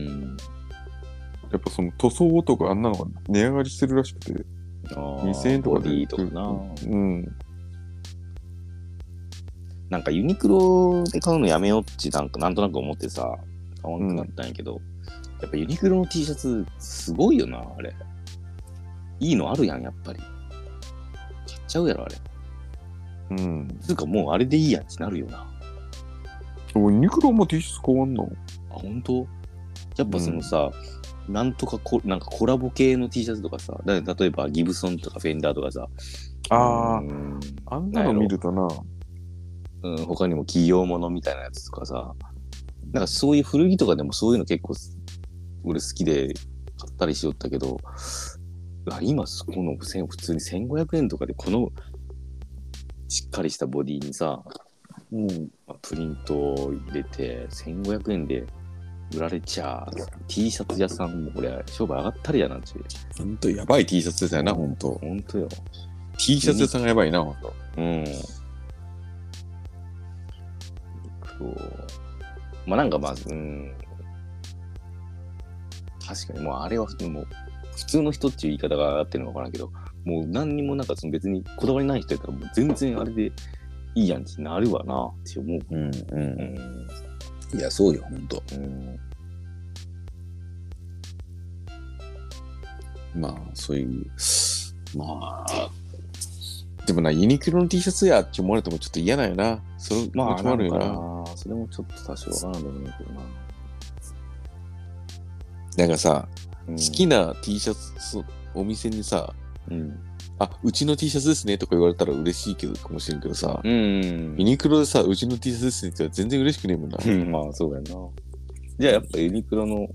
やっぱその塗装とかあんなのが値上がりしてるらしくて。2000円とかでいいとかな。なんかユニクロで買うのやめようってなんとなく思ってさ、買わなくなったんやけど、やっぱユニクロの T シャツすごいよな、あれ。いいのあるやん、やっぱり。買っちゃうやろ、あれ。つうかもうあれでいいやんってなるよな。 ユニクロも T シャツ変わんの？ ほんと？やっぱそのさ、なんとかなんかコラボ系の T シャツとかさ、例えばギブソンとかフェンダーとかさ、 あんなの見るとな、 他にも企業ものみたいなやつとかさ、なんかそういう古着とかでもそういうの結構俺好きで買ったりしよったけど、今この普通に1500円とかでこのしっかりしたボディにさ、プリントを入れて1500円で売られちゃ T シャツ屋さんもこれ商売上がったりやなんて。 ほんとやばい T シャツですよな、ほんと。 ほんとよ。 T シャツ屋さんがやばいな、ほんと。 まあなんか確かにもうあれはもう普通の人っていう言い方があってるのかわからんけど、もう何にもなんか別にこだわりない人やったらもう全然あれでいいやんってなるわなって思う。 いや、そうよ、ほんと。まあ、そういう、まあ、でもな、ユニクロの T シャツやって思われてもちょっと嫌なんよな。それもあるよな。 それもちょっと多少わからんでもないけどな。 なんかさ、好きな T シャツ、お店にさ、うちの T シャツですねとか言われたら嬉しいけどかもしれんけどさ、ユニクロでさ、うちの T シャツですねって言ったら全然嬉しくねえもんな。 まあそうだよな。じゃあやっぱユニクロの、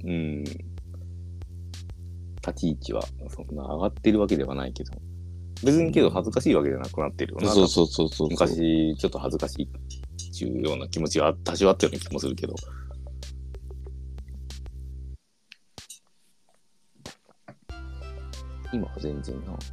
立ち位置はそんな上がってるわけではないけど、別にけど恥ずかしいわけじゃなくなってるよな。 そう。 昔ちょっと恥ずかしいっていうような気持ちが多少あったような気もするけど。今は全然な。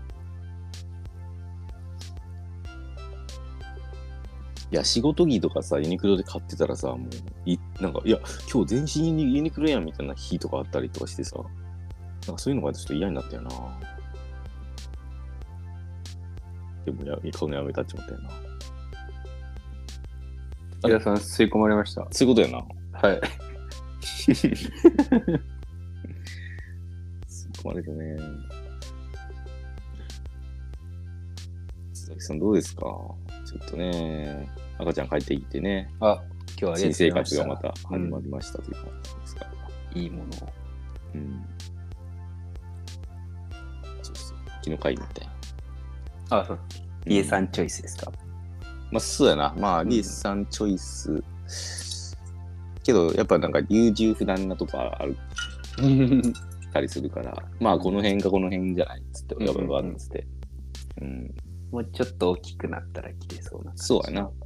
いや、仕事着とかさ、ユニクロで買ってたらさ、もう、なんか、いや、今日全身ユニクロやんみたいな日とかあったりとかしてさ、なんかそういうのがちょっと嫌になったよな。でも買うのやめたっちまったよな。 皆さん吸い込まれました。 そういうことやな。 はい。 吸い込まれるね。鈴木さんどうですか？ちょっとね、赤ちゃん帰ってきてね。 今日は新生活がまた始まりましたという感じですか。 いいものを。 昨日会みたいな。そう。リエさんチョイスですか？ まあそうやな。まあリエさんチョイス。けどやっぱなんか優柔不断なとこあるたりするから、まあこの辺かこの辺じゃないっつって親がわっつって。 もうちょっと大きくなったら着れそうな。 そうやな。だ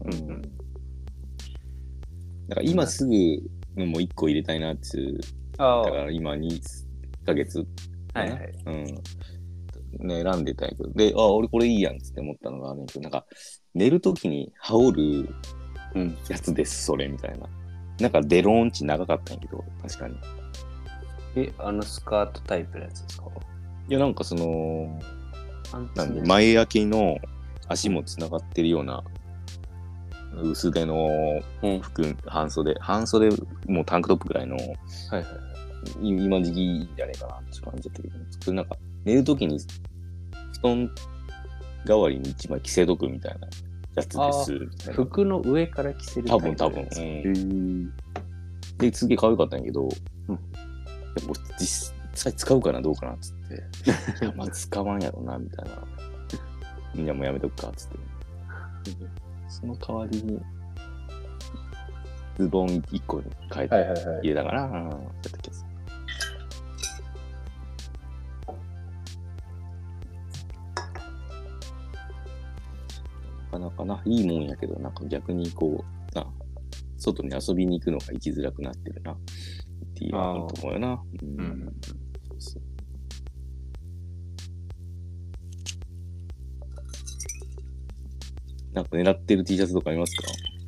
から今すぐのも1個入れたいなっていう。だから今2ヶ月かな。ね、選んでたんやけど。で、俺これいいやんって思ったのがあるんやけど、なんか寝るときに羽織るやつです、それみたいな。なんかデローンチ長かったんやけど、確かに。 スカートタイプのやつですか？ いや、なんかその、前開きの足もつながってるような薄手の服、半袖もうタンクトップぐらいの、今時期いいんじゃねえかなって感じだったけど、それなんか寝るときに布団代わりに一枚着せとくみたいなやつですみたいな。 服の上から着せる多分。で、すげえ可愛かったんやけど、もう実際使うかなどうかなっつって、いや、まあ使わんやろなみたいな。みんなもうやめとくかっつって。その代わりに、ズボン1個に変えて入れたから、やった気がする。なかなかな、いいもんやけど、なんか逆にこう、外に遊びに行くのが行きづらくなってるな、っていうところやな。 なんか狙ってる T シャツとかありますか？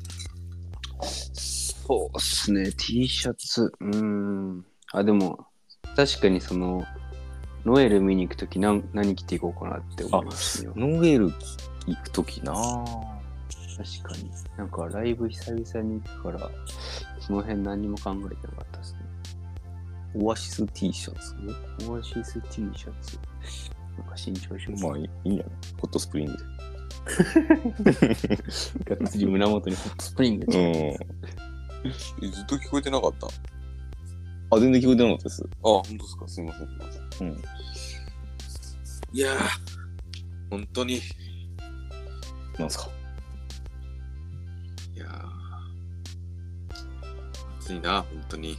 そうっすね、T シャツ。でも、確かにノエル見に行くとき何着ていこうかなって思いますよ。 ノエル行くときな確かに。なんかライブ久々に行くから、その辺何も考えてなかったですね。 オアシス T シャツオアシス T シャツ。なんか新潮しまあいいんじゃない？ホットスプリングで。 がっつり胸元にホットスプリング。 ずっと聞こえてなかった？ あ、全然聞こえてなかったです。 本当ですか？すいません。いやー、本当に。 なんすか？ いやー、暑いな、本当に。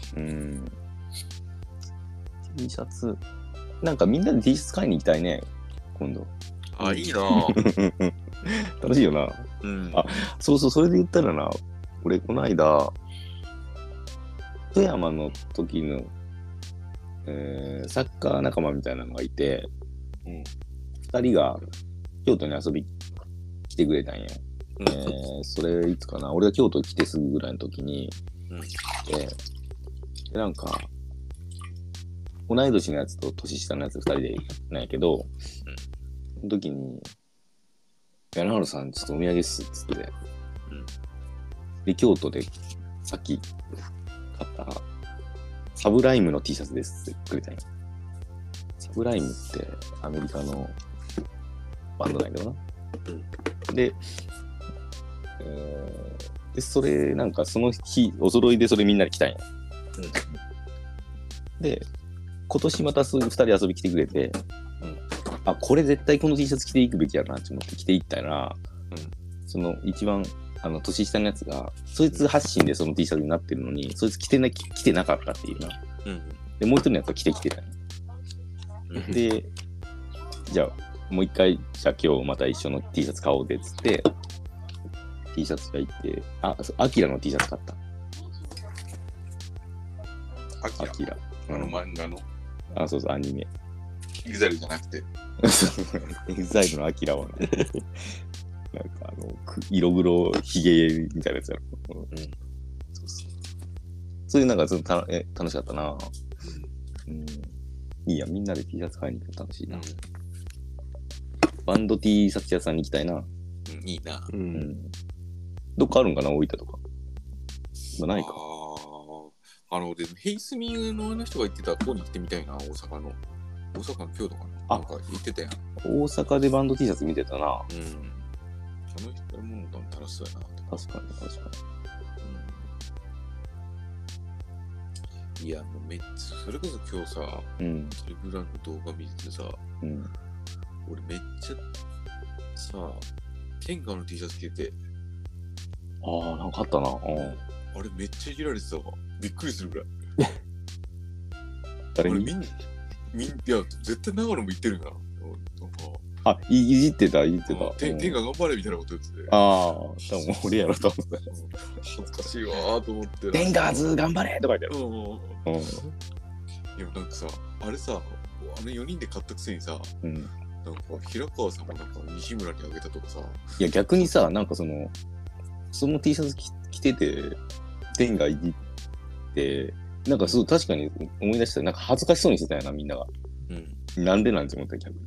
T シャツ。なんかみんなで T シャツ買いに行きたいね、今度。 いいなぁ。 楽しいよな。そうそう、それで言ったらな、俺、この間、富山の時の、サッカー仲間みたいなのがいて、2人が京都に遊び来てくれたんや。それいつかな、俺が京都来てすぐぐらいの時に、でなんか、同い年のやつと年下のやつ2人でなんやけど、その時に、柳原さん、ちょっとお土産っすっつって、で、京都でさっき買ったサブライムの T シャツですってくれたんや。サブライムってアメリカのバンドなんやけどな。で、それ、なんかその日、お揃いでそれみんなで来たんや。で、今年また2人遊び来てくれて、これ絶対この T シャツ着ていくべきやなって思って着ていったら、その一番年下のやつが、そいつ発信でその T シャツになってるのに、そいつ着てなかったっていうな。で、もう一人のやつは着てたんや。で、じゃあ、もう一回、じゃあ今日また一緒の T シャツ買おうでっつって、T シャツがいて、アキラの T シャツ買った。 アキラ。漫画の。 そうそう、アニメ。 エグザイルじゃなくて。 エグザイルのアキラはね、なんか色黒ひげみたいなやつやろ。そういうなんかずっと楽しかったな。いいや、みんなで T シャツ買いに行くの楽しいな。バンド T シャツ屋さんに行きたいな。 いいな。 どっかあるんかな、大分とか。ないか。 でヘイスミューの人が言ってた方に来てみたいな、大阪の京都かな。なんか言ってたやん。 大阪でバンド T シャツ見てたな。 その人も楽しそうやな。 確かに。 いや、もうめっちゃ、それこそ今日さ、それぐらいの動画見ててさ、俺めっちゃさ、天下の T シャツ着てて。 なんかあったな。 あれめっちゃいじられてたわ。びっくりするぐらい。 誰に？ いや、絶対長野も言ってるんだな。 いじってた。 天下頑張れみたいなこと言ってて。 多分俺やろと思った。 恥ずかしいわーと思って。 天下ーズ頑張れとか言ってる。 いや、なんかさ、あれさ、4人で買ったくせにさ、なんか平川さんもなんか西村にあげたとかさ。 いや、逆にさ、なんかその T シャツ着てて、天下いじって、なんか確かに思い出したら、なんか恥ずかしそうにしてたよな、みんなが。なんでなんて思った逆に。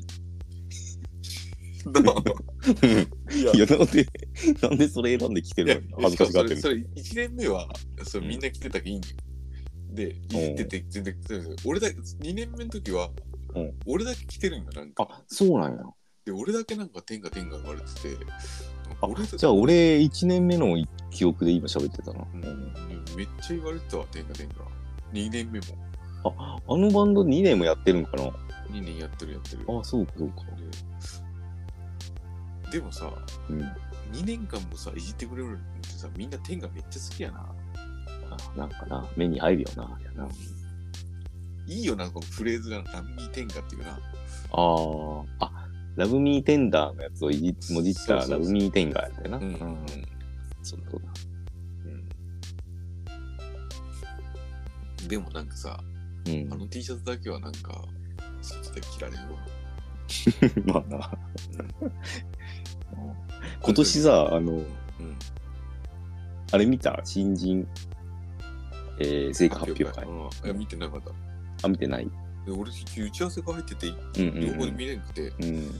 いや、なんでそれ選んで着てるの？恥ずかしがってる。 それ1年目はみんな着てたけいいんだよ。で、いじってて全然俺だけ2年目の時は俺だけ着てるんだなんか。 そうなんや。 で、俺だけなんか天下言われてて。 じゃあ俺1年目の記憶で今喋ってたな。 めっちゃ言われてたわ、天下。2年目も。 あのバンド2年もやってるんかな？ 2年やってる。 そうか。 でもさ、2年間もさ、いじってくれるってさ、みんな天下めっちゃ好きやな。 なんかな、目に入るよな。 いいよな、このフレーズが、ラブミー天下っていうな。 ラブミーテンダーのやつをもじったラブミーテンガーやったよな。そうだ。 でもなんかさ、あの T シャツだけはなんか、そっちで着られるわ。 まあな。 今年さ、あれ見た新人、成果発表会。 いや、見てなかった。 あ、見てない？ 俺、打ち合わせが入ってて、両方で見れなくて。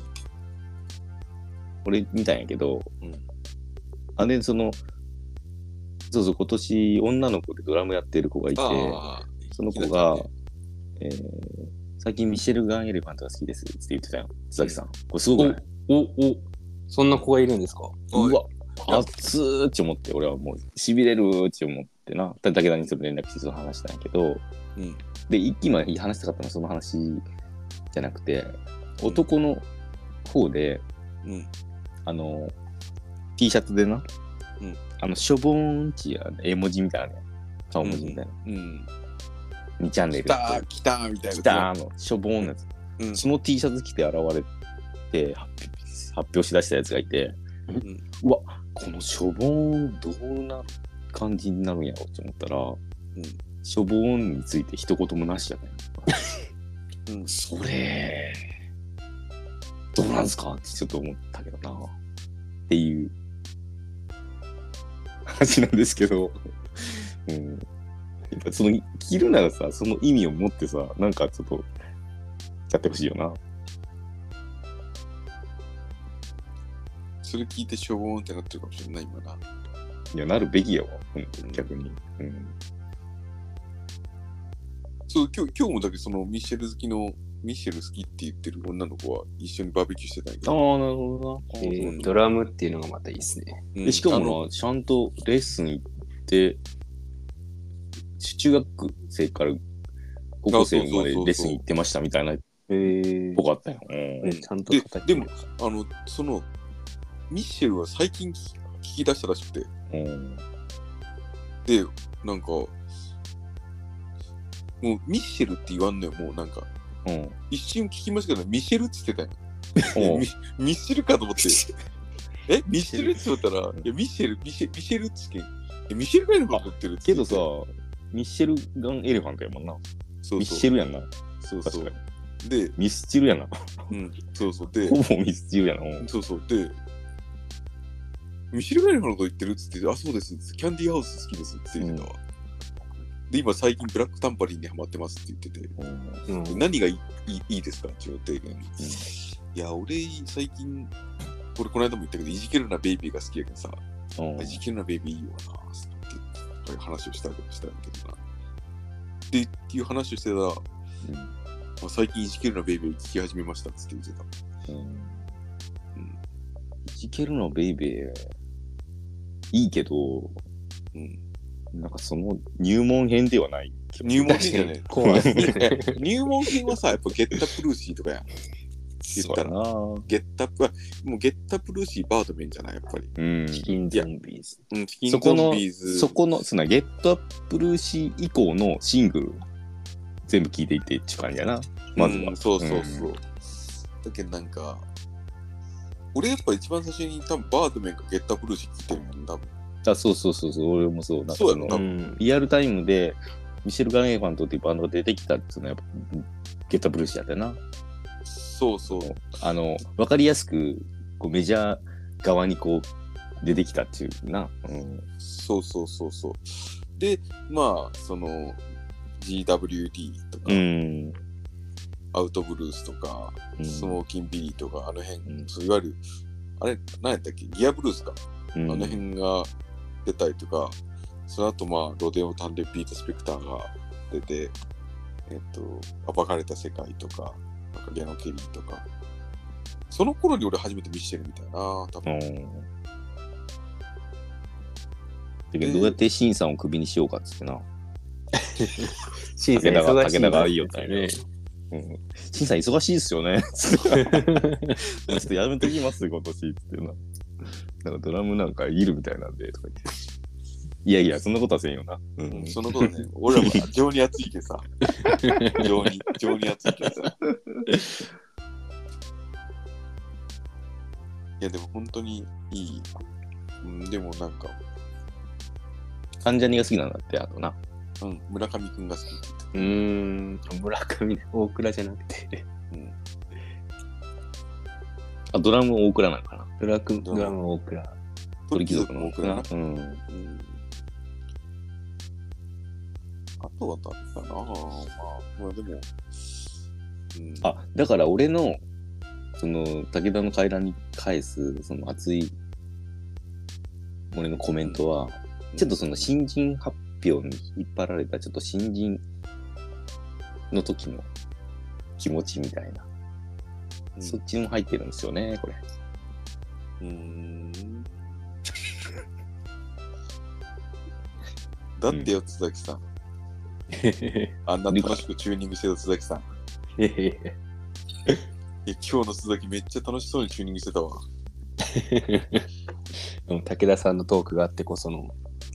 俺見たんやけど、で、そうそう、今年女の子でドラムやってる子がいて、その子が、最近ミシェルガン・エレファントが好きですって言ってたよ、津崎さん。これすごくない？ そんな子がいるんですか？ うわ、熱ーって思って、俺はもう痺れるって思ってな、武田にそれ連絡してその話したんやけど、で、一気に話したかったのはその話じゃなくて、男の方で、T シャツでな、しょぼーんちや、絵文字みたいなね、顔文字みたいな。2チャンネル。 来たみたいな。 来たの、しょぼーんのやつ。その T シャツ着て現れて、発表しだしたやつがいて、うわ、このしょぼーん、どんな感じになるんやろって思ったら、しょぼーんについて一言もなしやね。それ、どうなんすかってちょっと思ったけどな。っていう話なんですけど、やっぱその着るならさ、その意味を持ってさ、なんかちょっとやってほしいよな。 それ聞いてしょぼーんってなってるかもしれない今な。 いや、なるべきやわ、逆に。 そう、今日もだけどそのミシェル好きって言ってる女の子は一緒にバーベキューしてたんやけど。 ああ、なるほどな。 ドラムっていうのがまたいいっすね。 でしかもな、ちゃんとレッスン行って、中学生から高校生までレッスン行ってましたみたいなっぽかったよ。 ちゃんとでも、その、ミッシェルは最近聞き出したらしくて。で、なんか、もうミッシェルって言わんのよ、もうなんか。一瞬聞きましたけど、ミシェルって言ってたよ。ミッシェルかと思って。ミッシェルって言ったら、いや、ミシェルって言ってミシェルがいるのかと思ってるって。 けどさ、ミッシェルガンエレファントやもんな。ミッシェルやんな。 そうそう。 で、ミスチルやな。 そうそう。で、 ほぼミスチルやな。 そうそう。で、ミシェルガンエレファント言ってるっつって、あ、そうです。キャンディーハウス好きですって言ってたわ。で、今最近ブラックタンパリンにハマってますって言ってて、何がいいですかって言って、いや、俺最近、俺この間も言ったけど、いじけるなベイビーが好きやけどさ、いじけるなベイビーいいよなって話をしたんだけどな。で、っていう話をしてたら、最近いじけるなベイビー聞き始めましたって言ってた。 いじけるなベイビー、いいけど、なんかその入門編ではない。 入門編じゃねえ。入門編はさ、やっぱゲッタプルーシーとかやん。言ったら。ゲッタプルーシーバードメンじゃない、やっぱり。 チキンゾンビーズ。 チキンゾンビーズ。 そこの、ゲットアップルーシー以降のシングル、全部聴いていってっていう感じやな。まずは。 そうそうそう。だけどなんか、俺やっぱ一番最初に多分バードメンかゲッタプルーシー聴いてるもん、多分。 そう、俺もそう。なんかリアルタイムでミシェル・ガン・エレファントっていうバンドが出てきたっていうのはやっぱゲッタブルーシーやったよな。 そうそう。 わかりやすくこうメジャー側にこう出てきたっていうな。 そう。で、まあ、その GWD とか、アウトブルースとか、スモーキンビリーとか、あの辺、そういわゆる、あれ、何やったっけ、ギアブルースか。あの辺が出たりとか、その後まあロデオ・タンデ・ピート・スペクターが出て、暴かれた世界とか、なんかリアノ・ケリーとか、その頃に俺初めてミッシェルみたいな、多分。 だけどどうやってシンさんをクビにしようかっつってな。 シンさん忙しい武田がいいよね。シンさん忙しいっすよね。ちょっとやめときます今年っつってな。なんかドラムなんかいるみたいなんでとか言って。いや、そんなことはせんよな。 そんなことね、俺らも情に熱いけどさ。情に熱いけどさ。いや、でも本当にいい。でもなんか。 関ジャニが好きなんだって、あとな。 村上くんが好きって言ってた。 村上ね、大倉じゃなくて。 あ、ドラム大倉なのかな。 ドラム大倉。 鳥貴族の大倉な。 うん。 あとは誰かな。まあでも。 あ、だから俺のその武田の階段に返すその熱い俺のコメントは、ちょっとその新人発表に引っ張られたちょっと新人の時の気持ちみたいな、そっちも入ってるんですよね、これ。 だってよ、津崎さん。あんな楽しくチューニングしてた津崎さん。今日の津崎めっちゃ楽しそうにチューニングしてたわ。 でも武田さんのトークがあってこその。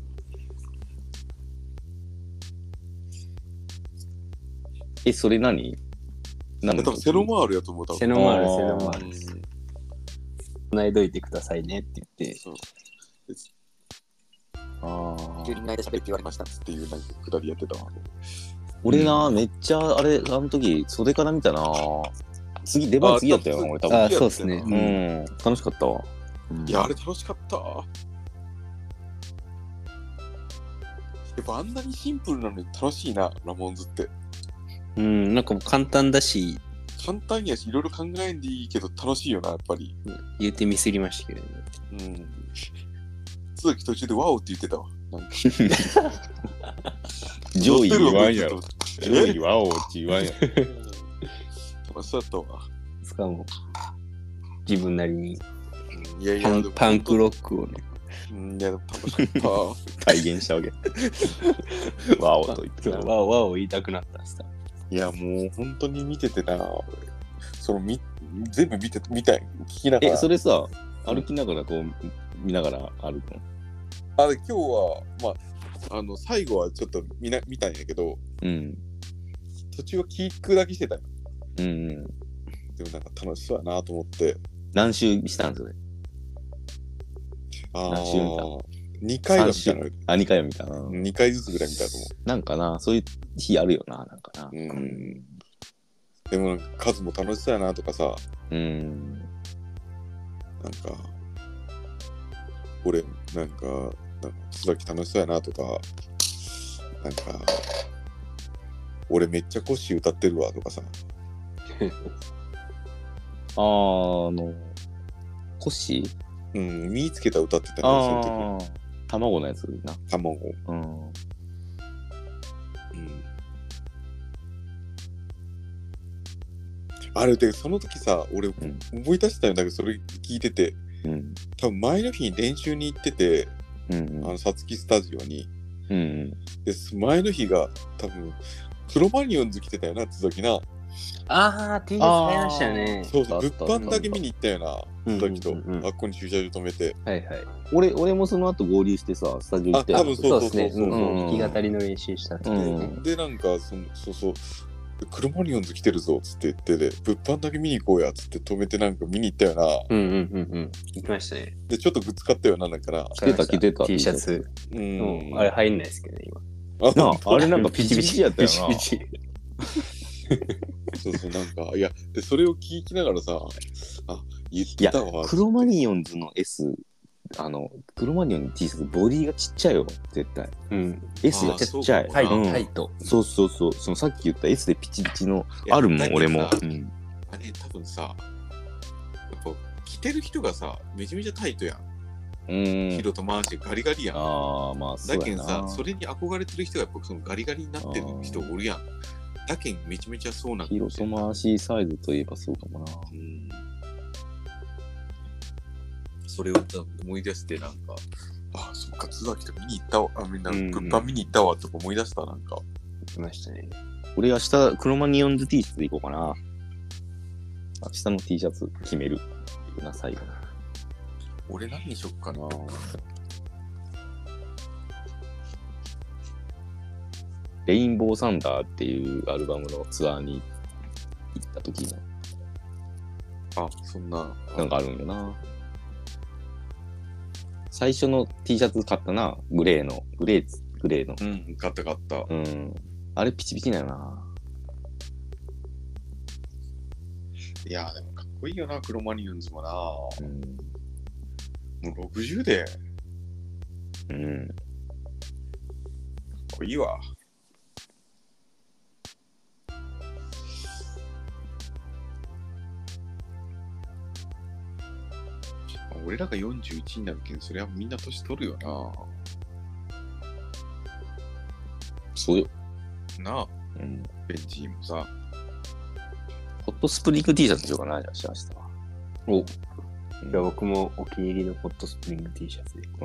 それ何？ 多分セロマールやと思う。 セロマールです。繋いどいてくださいねって言って。そう急に繋いで喋って言われましたっていうなんかくだりやってたわ。 俺な、めっちゃあれ、あの時袖から見たな。出番次やったよな、俺多分。 そうですね。 楽しかったわ。 いや、あれ楽しかった。やっぱあんなにシンプルなのに楽しいな、ラモンズって。 なんかもう簡単だし。 簡単やし、いろいろ考えんでいいけど楽しいよな、やっぱり。 言ってミスりましたけどね。 津崎途中でワオって言ってたわ。なんか上位言わんやろ。上位ワオって言わんやろ。 楽しかったわ。 しかも、自分なりにパンクロックをね。 いや、でも楽しかった。 体現したわけ。ワオと言って。 ワオ言いたくなったさ。 いや、もう本当に見ててな、全部見たい、聞きながら。 それさ、歩きながらこう見ながら歩くの？ 今日は、最後はちょっと見たんやけど、途中は聞くだけしてたよ。でもなんか楽しそうやなと思って。 何周したんですよね。 何周見た？2回は見たの。 2回は見たな。 2回ずつぐらい見たと思う。 なんかな、そういう日あるよな、なんかな。 でも数も楽しそうやなとかさ。なんか俺なんか津崎楽しそうやなとか、なんか俺めっちゃコッシー歌ってるわとかさ。 コッシー？見つけた歌ってたよ、その時。 卵のやつな。 卵。あれでその時さ、俺思い出したんだけど、それ聞いてて、多分前の日に練習に行ってて、さつきスタジオに。で、前の日が多分クロマニヨンズ来てたよな、津崎な。 T シャツ買いましたね。 そうそう、物販だけ見に行ったよな、津崎と。あっこに駐車場止めて。 俺もその後合流してさ、スタジオ行って。 多分そうですね。弾き語りの練習したってね。 で、なんか、そうクロマニヨンズ来てるぞっつって言って物販だけ見に行こうやっつって止めてなんか見に行ったよな。 行きましたね。 で、ちょっとぶつかったよな、なんかな。 着てた。 T シャツ。あれ入んないですけどね、今。 あれなんかピチピチやったよな。 そう、なんか、いや、で、それを聞きながらさ、言ってたわ。 クロマニヨンズの S、クロマニヨンの T シャツ、ボディがちっちゃいよ、絶対。S がちっちゃい。 タイト。 そう。そのさっき言った S でピチピチのあるもん、俺も。あれ、 多分さ、やっぱ着てる人がさ、めちゃめちゃタイトやん。ヒロと回してガリガリやん。だけどさ、それに憧れてる人がやっぱそのガリガリになってる人おるやん。だけんめちゃめちゃそうなんだ。 ヒロと回しサイズといえばそうかもな。 それを思い出してなんか、そっか、津崎と見に行ったわ、みんな物販見に行ったわとか思い出したなんか。 行きましたね。 俺明日クロマニヨンズ T シャツで行こうかな。明日の T シャツ決める。最後。 俺何にしよっかな。 レインボーサンダーっていうアルバムのツアーに行った時の。 そんな。 なんかあるんよな。最初の T シャツ買ったな。グレーの。 買った。 あれピチピチだよな。 いや、でもかっこいいよな、クロマニヨンズもな。もう60で。かっこいいわ。俺らが41になるけん、そりゃみんな年取るよな。 そうよ。 なあ、ベンチーもさ。 ホットスプリング T シャツしようかな、じゃあ明日は。 お。じゃあ僕もお気に入りのホットスプリング T シャツで。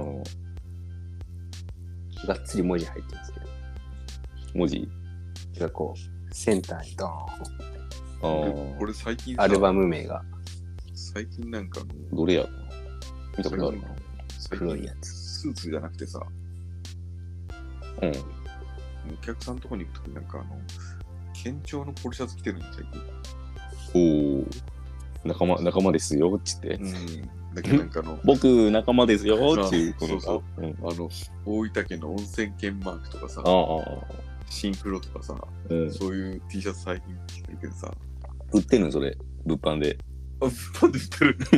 がっつり文字入ってますけど。 文字がこう、センターにドーン。 俺最近さ、 アルバム名が。 最近なんかどれやろ見たことあるな。 黒いやつ。 スーツじゃなくてさ、お客さんのとこに行くときなんか県庁のポロシャツ着てるんですよ、最近。 仲間ですよ、つって。 だけどなんか僕、仲間ですよ、っていう。 そうそう。大分県の温泉県マークとかさ、シンクロとかさ、そういう T シャツ最近着てるけどさ。 売ってるのそれ、物販で。 物販で売ってる。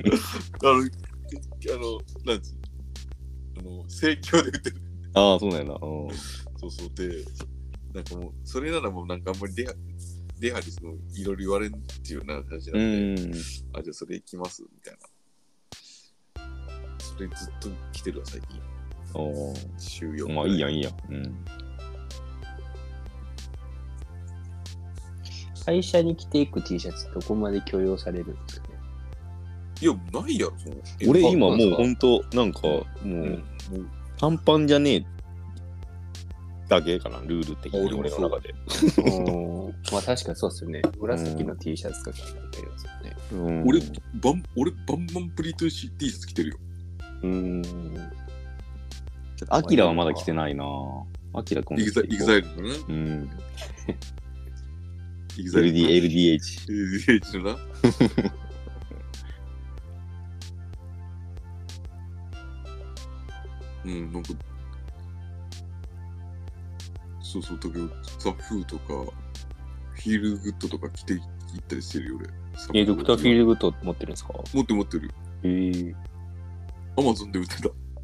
なんつ生協で売ってる。 ああ、そうなんやな。 そうそう。で、なんかもう、それならもうなんかあんまり出張りそのいろいろ言われんっていうような感じなんで、じゃあそれ行きますみたいな。それずっと着てるわ、最近。週4。 まあいいやん、いいやん。 会社に着ていく T シャツどこまで許容されるんですかね。 いや、ないやろ、その。 俺今もうほんと、なんか、もう短パンじゃねえだけかな、ルール的に俺の中で。 まあ確かにそうですよね。紫の T シャツとか着てるんですよね。 俺バンバンプリート T シャツ着てるよ。 アキラはまだ着てないな。アキラ今度着ていこう。 エグザイルのな。 LDH。 LDH のな。なんか、そう、だけど、ザ・フーとか、フィールグッドとか着て行ったりしてるよ、俺。 ドクターフィールグッド持ってるんですか？ 持ってる。アマゾンで売ってた。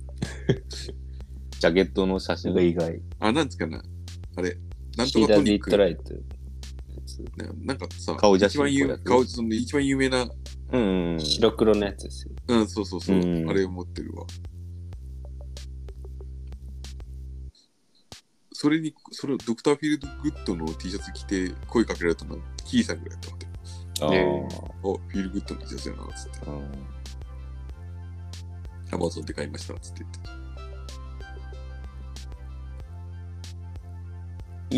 ジャケットの写真が意外。 なんつかな。あれ、 なんとかトニック。 なんかさ、 顔写真一番有名な、 白黒のやつですよ。 そう。あれを持ってるわ。それをドクターフィールドグッドの T シャツ着て声かけられたのはキーさんぐらいだったわけ。フィールグッドの T シャツやな、つって。アマゾンで買いました、つって言って。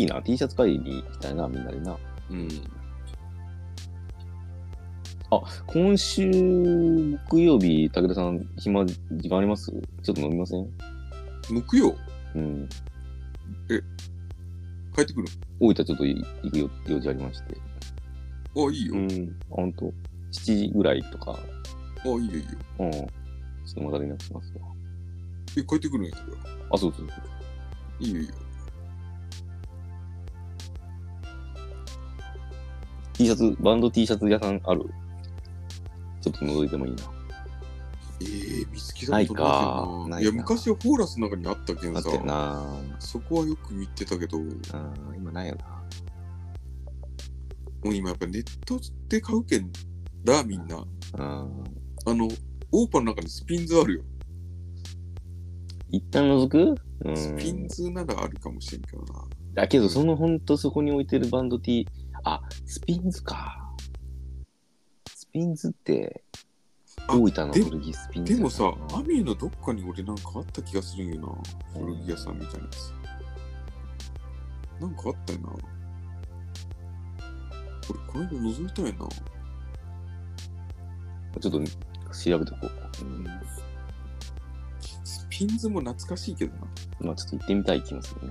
いいな、T シャツ買いに行きたいな、みんなでな。今週木曜日、武田さん、時間あります？ちょっと飲みません？ 木曜？帰ってくる？ 大分ちょっと行く用事ありまして。 いいよ。 ほんと。7時ぐらいとか。 いいよ。 ちょっとまた連絡しますわ。 帰ってくるんやから。 そう。 いいよ。 T シャツ、バンド T シャツ屋さんある？ちょっと覗いてもいいな。 見つけたことないよな。いや、昔はフォーラスの中にあったけどさ。そこはよく見てたけど。 今ないよな。 もう今やっぱネットで買うけんだ、みんな。オーパーの中にスピンズあるよ。 一旦覗く？ スピンズならあるかもしれんけどな。 だけど、ほんとそこに置いてるバンド T、スピンズか。スピンズって、大分の古着スピンズ。 でもさ、アミーのどっかに俺なんかあった気がするんよな。古着屋さんみたいなやつ。なんかあったよな。俺、この間覗いたよな。 ちょっと調べておこう。 スピンズも懐かしいけどな。 ちょっと行ってみたい気もするな。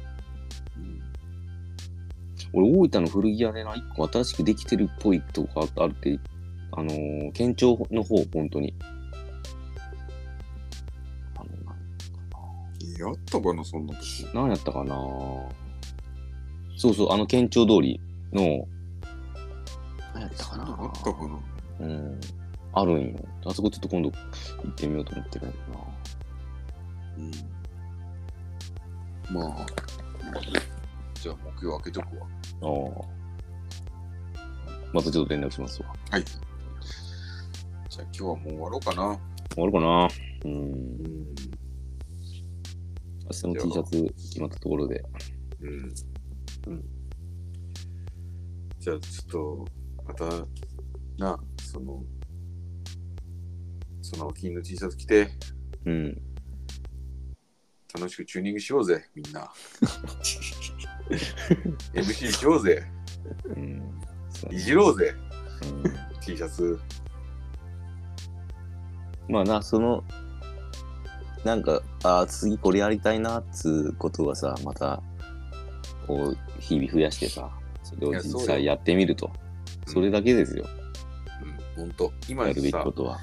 俺、大分の古着屋で一個新しくできてるっぽいとこあるって、県庁の方、本当に。 やったかな、そんな。 何やったかな。そう、県庁通りの、何やったかな。 あったかな。 うん。あるんよ。あそこちょっと今度行ってみようと思ってるんだけどな。 うん。まあ、じゃあ木曜開けとくわ。 ああ。またちょっと連絡しますわ。 はい。じゃあ今日はもう終わろうかな。 終わるかな。明日の T シャツ決まったところで。 じゃあちょっと、また、その金の T シャツ着て、楽しくチューニングしようぜ、みんな。MC しようぜ。いじろうぜ。T シャツ。 まあな、なんか、次これやりたいなっつうことはさ、また、こう、日々増やしてさ、それを実際やってみると。それだけですよ。 ほんと。今やるべきことは。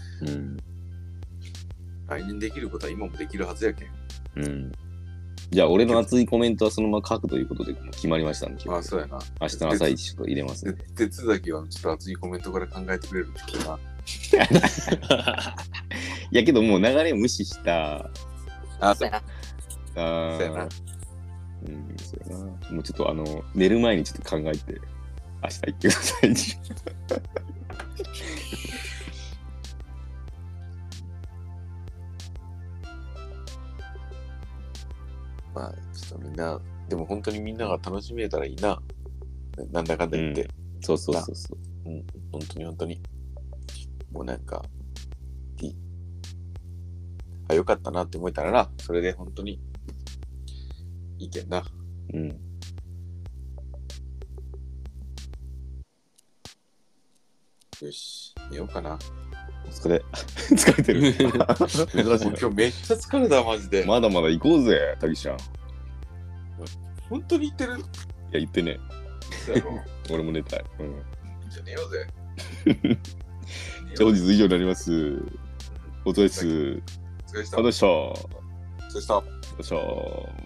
来年できることは今もできるはずやけん。 じゃあ、俺の熱いコメントはそのまま書くということで決まりましたんで。 そうやな。 明日の朝一ちょっと入れますね。 手続きはちょっと熱いコメントから考えてくれるってことな。 いやけどもう流れを無視した。 そうやな。 そうやな。そうやな。もうちょっと寝る前にちょっと考えて、明日行ってください。 まあ、ちょっとみんな、でも本当にみんなが楽しめたらいいな。なんだかんだ言って。 そう。 本当に。もうなんか、よかったなって思えたらな、それで本当にいいけんな。よし、寝ようかな。 お疲れ。疲れてる。珍しい。 今日めっちゃ疲れた、マジで。 まだまだ行こうぜ、たけしちゃん。 本当に言ってる？ いや、言ってね。俺も寝たい。 じゃあ寝ようぜ。 じゃあ本日以上になります。お疲れっす。 お疲れ様でした。 お疲れ様でした。 お疲れ様でした。 お疲れ様でした。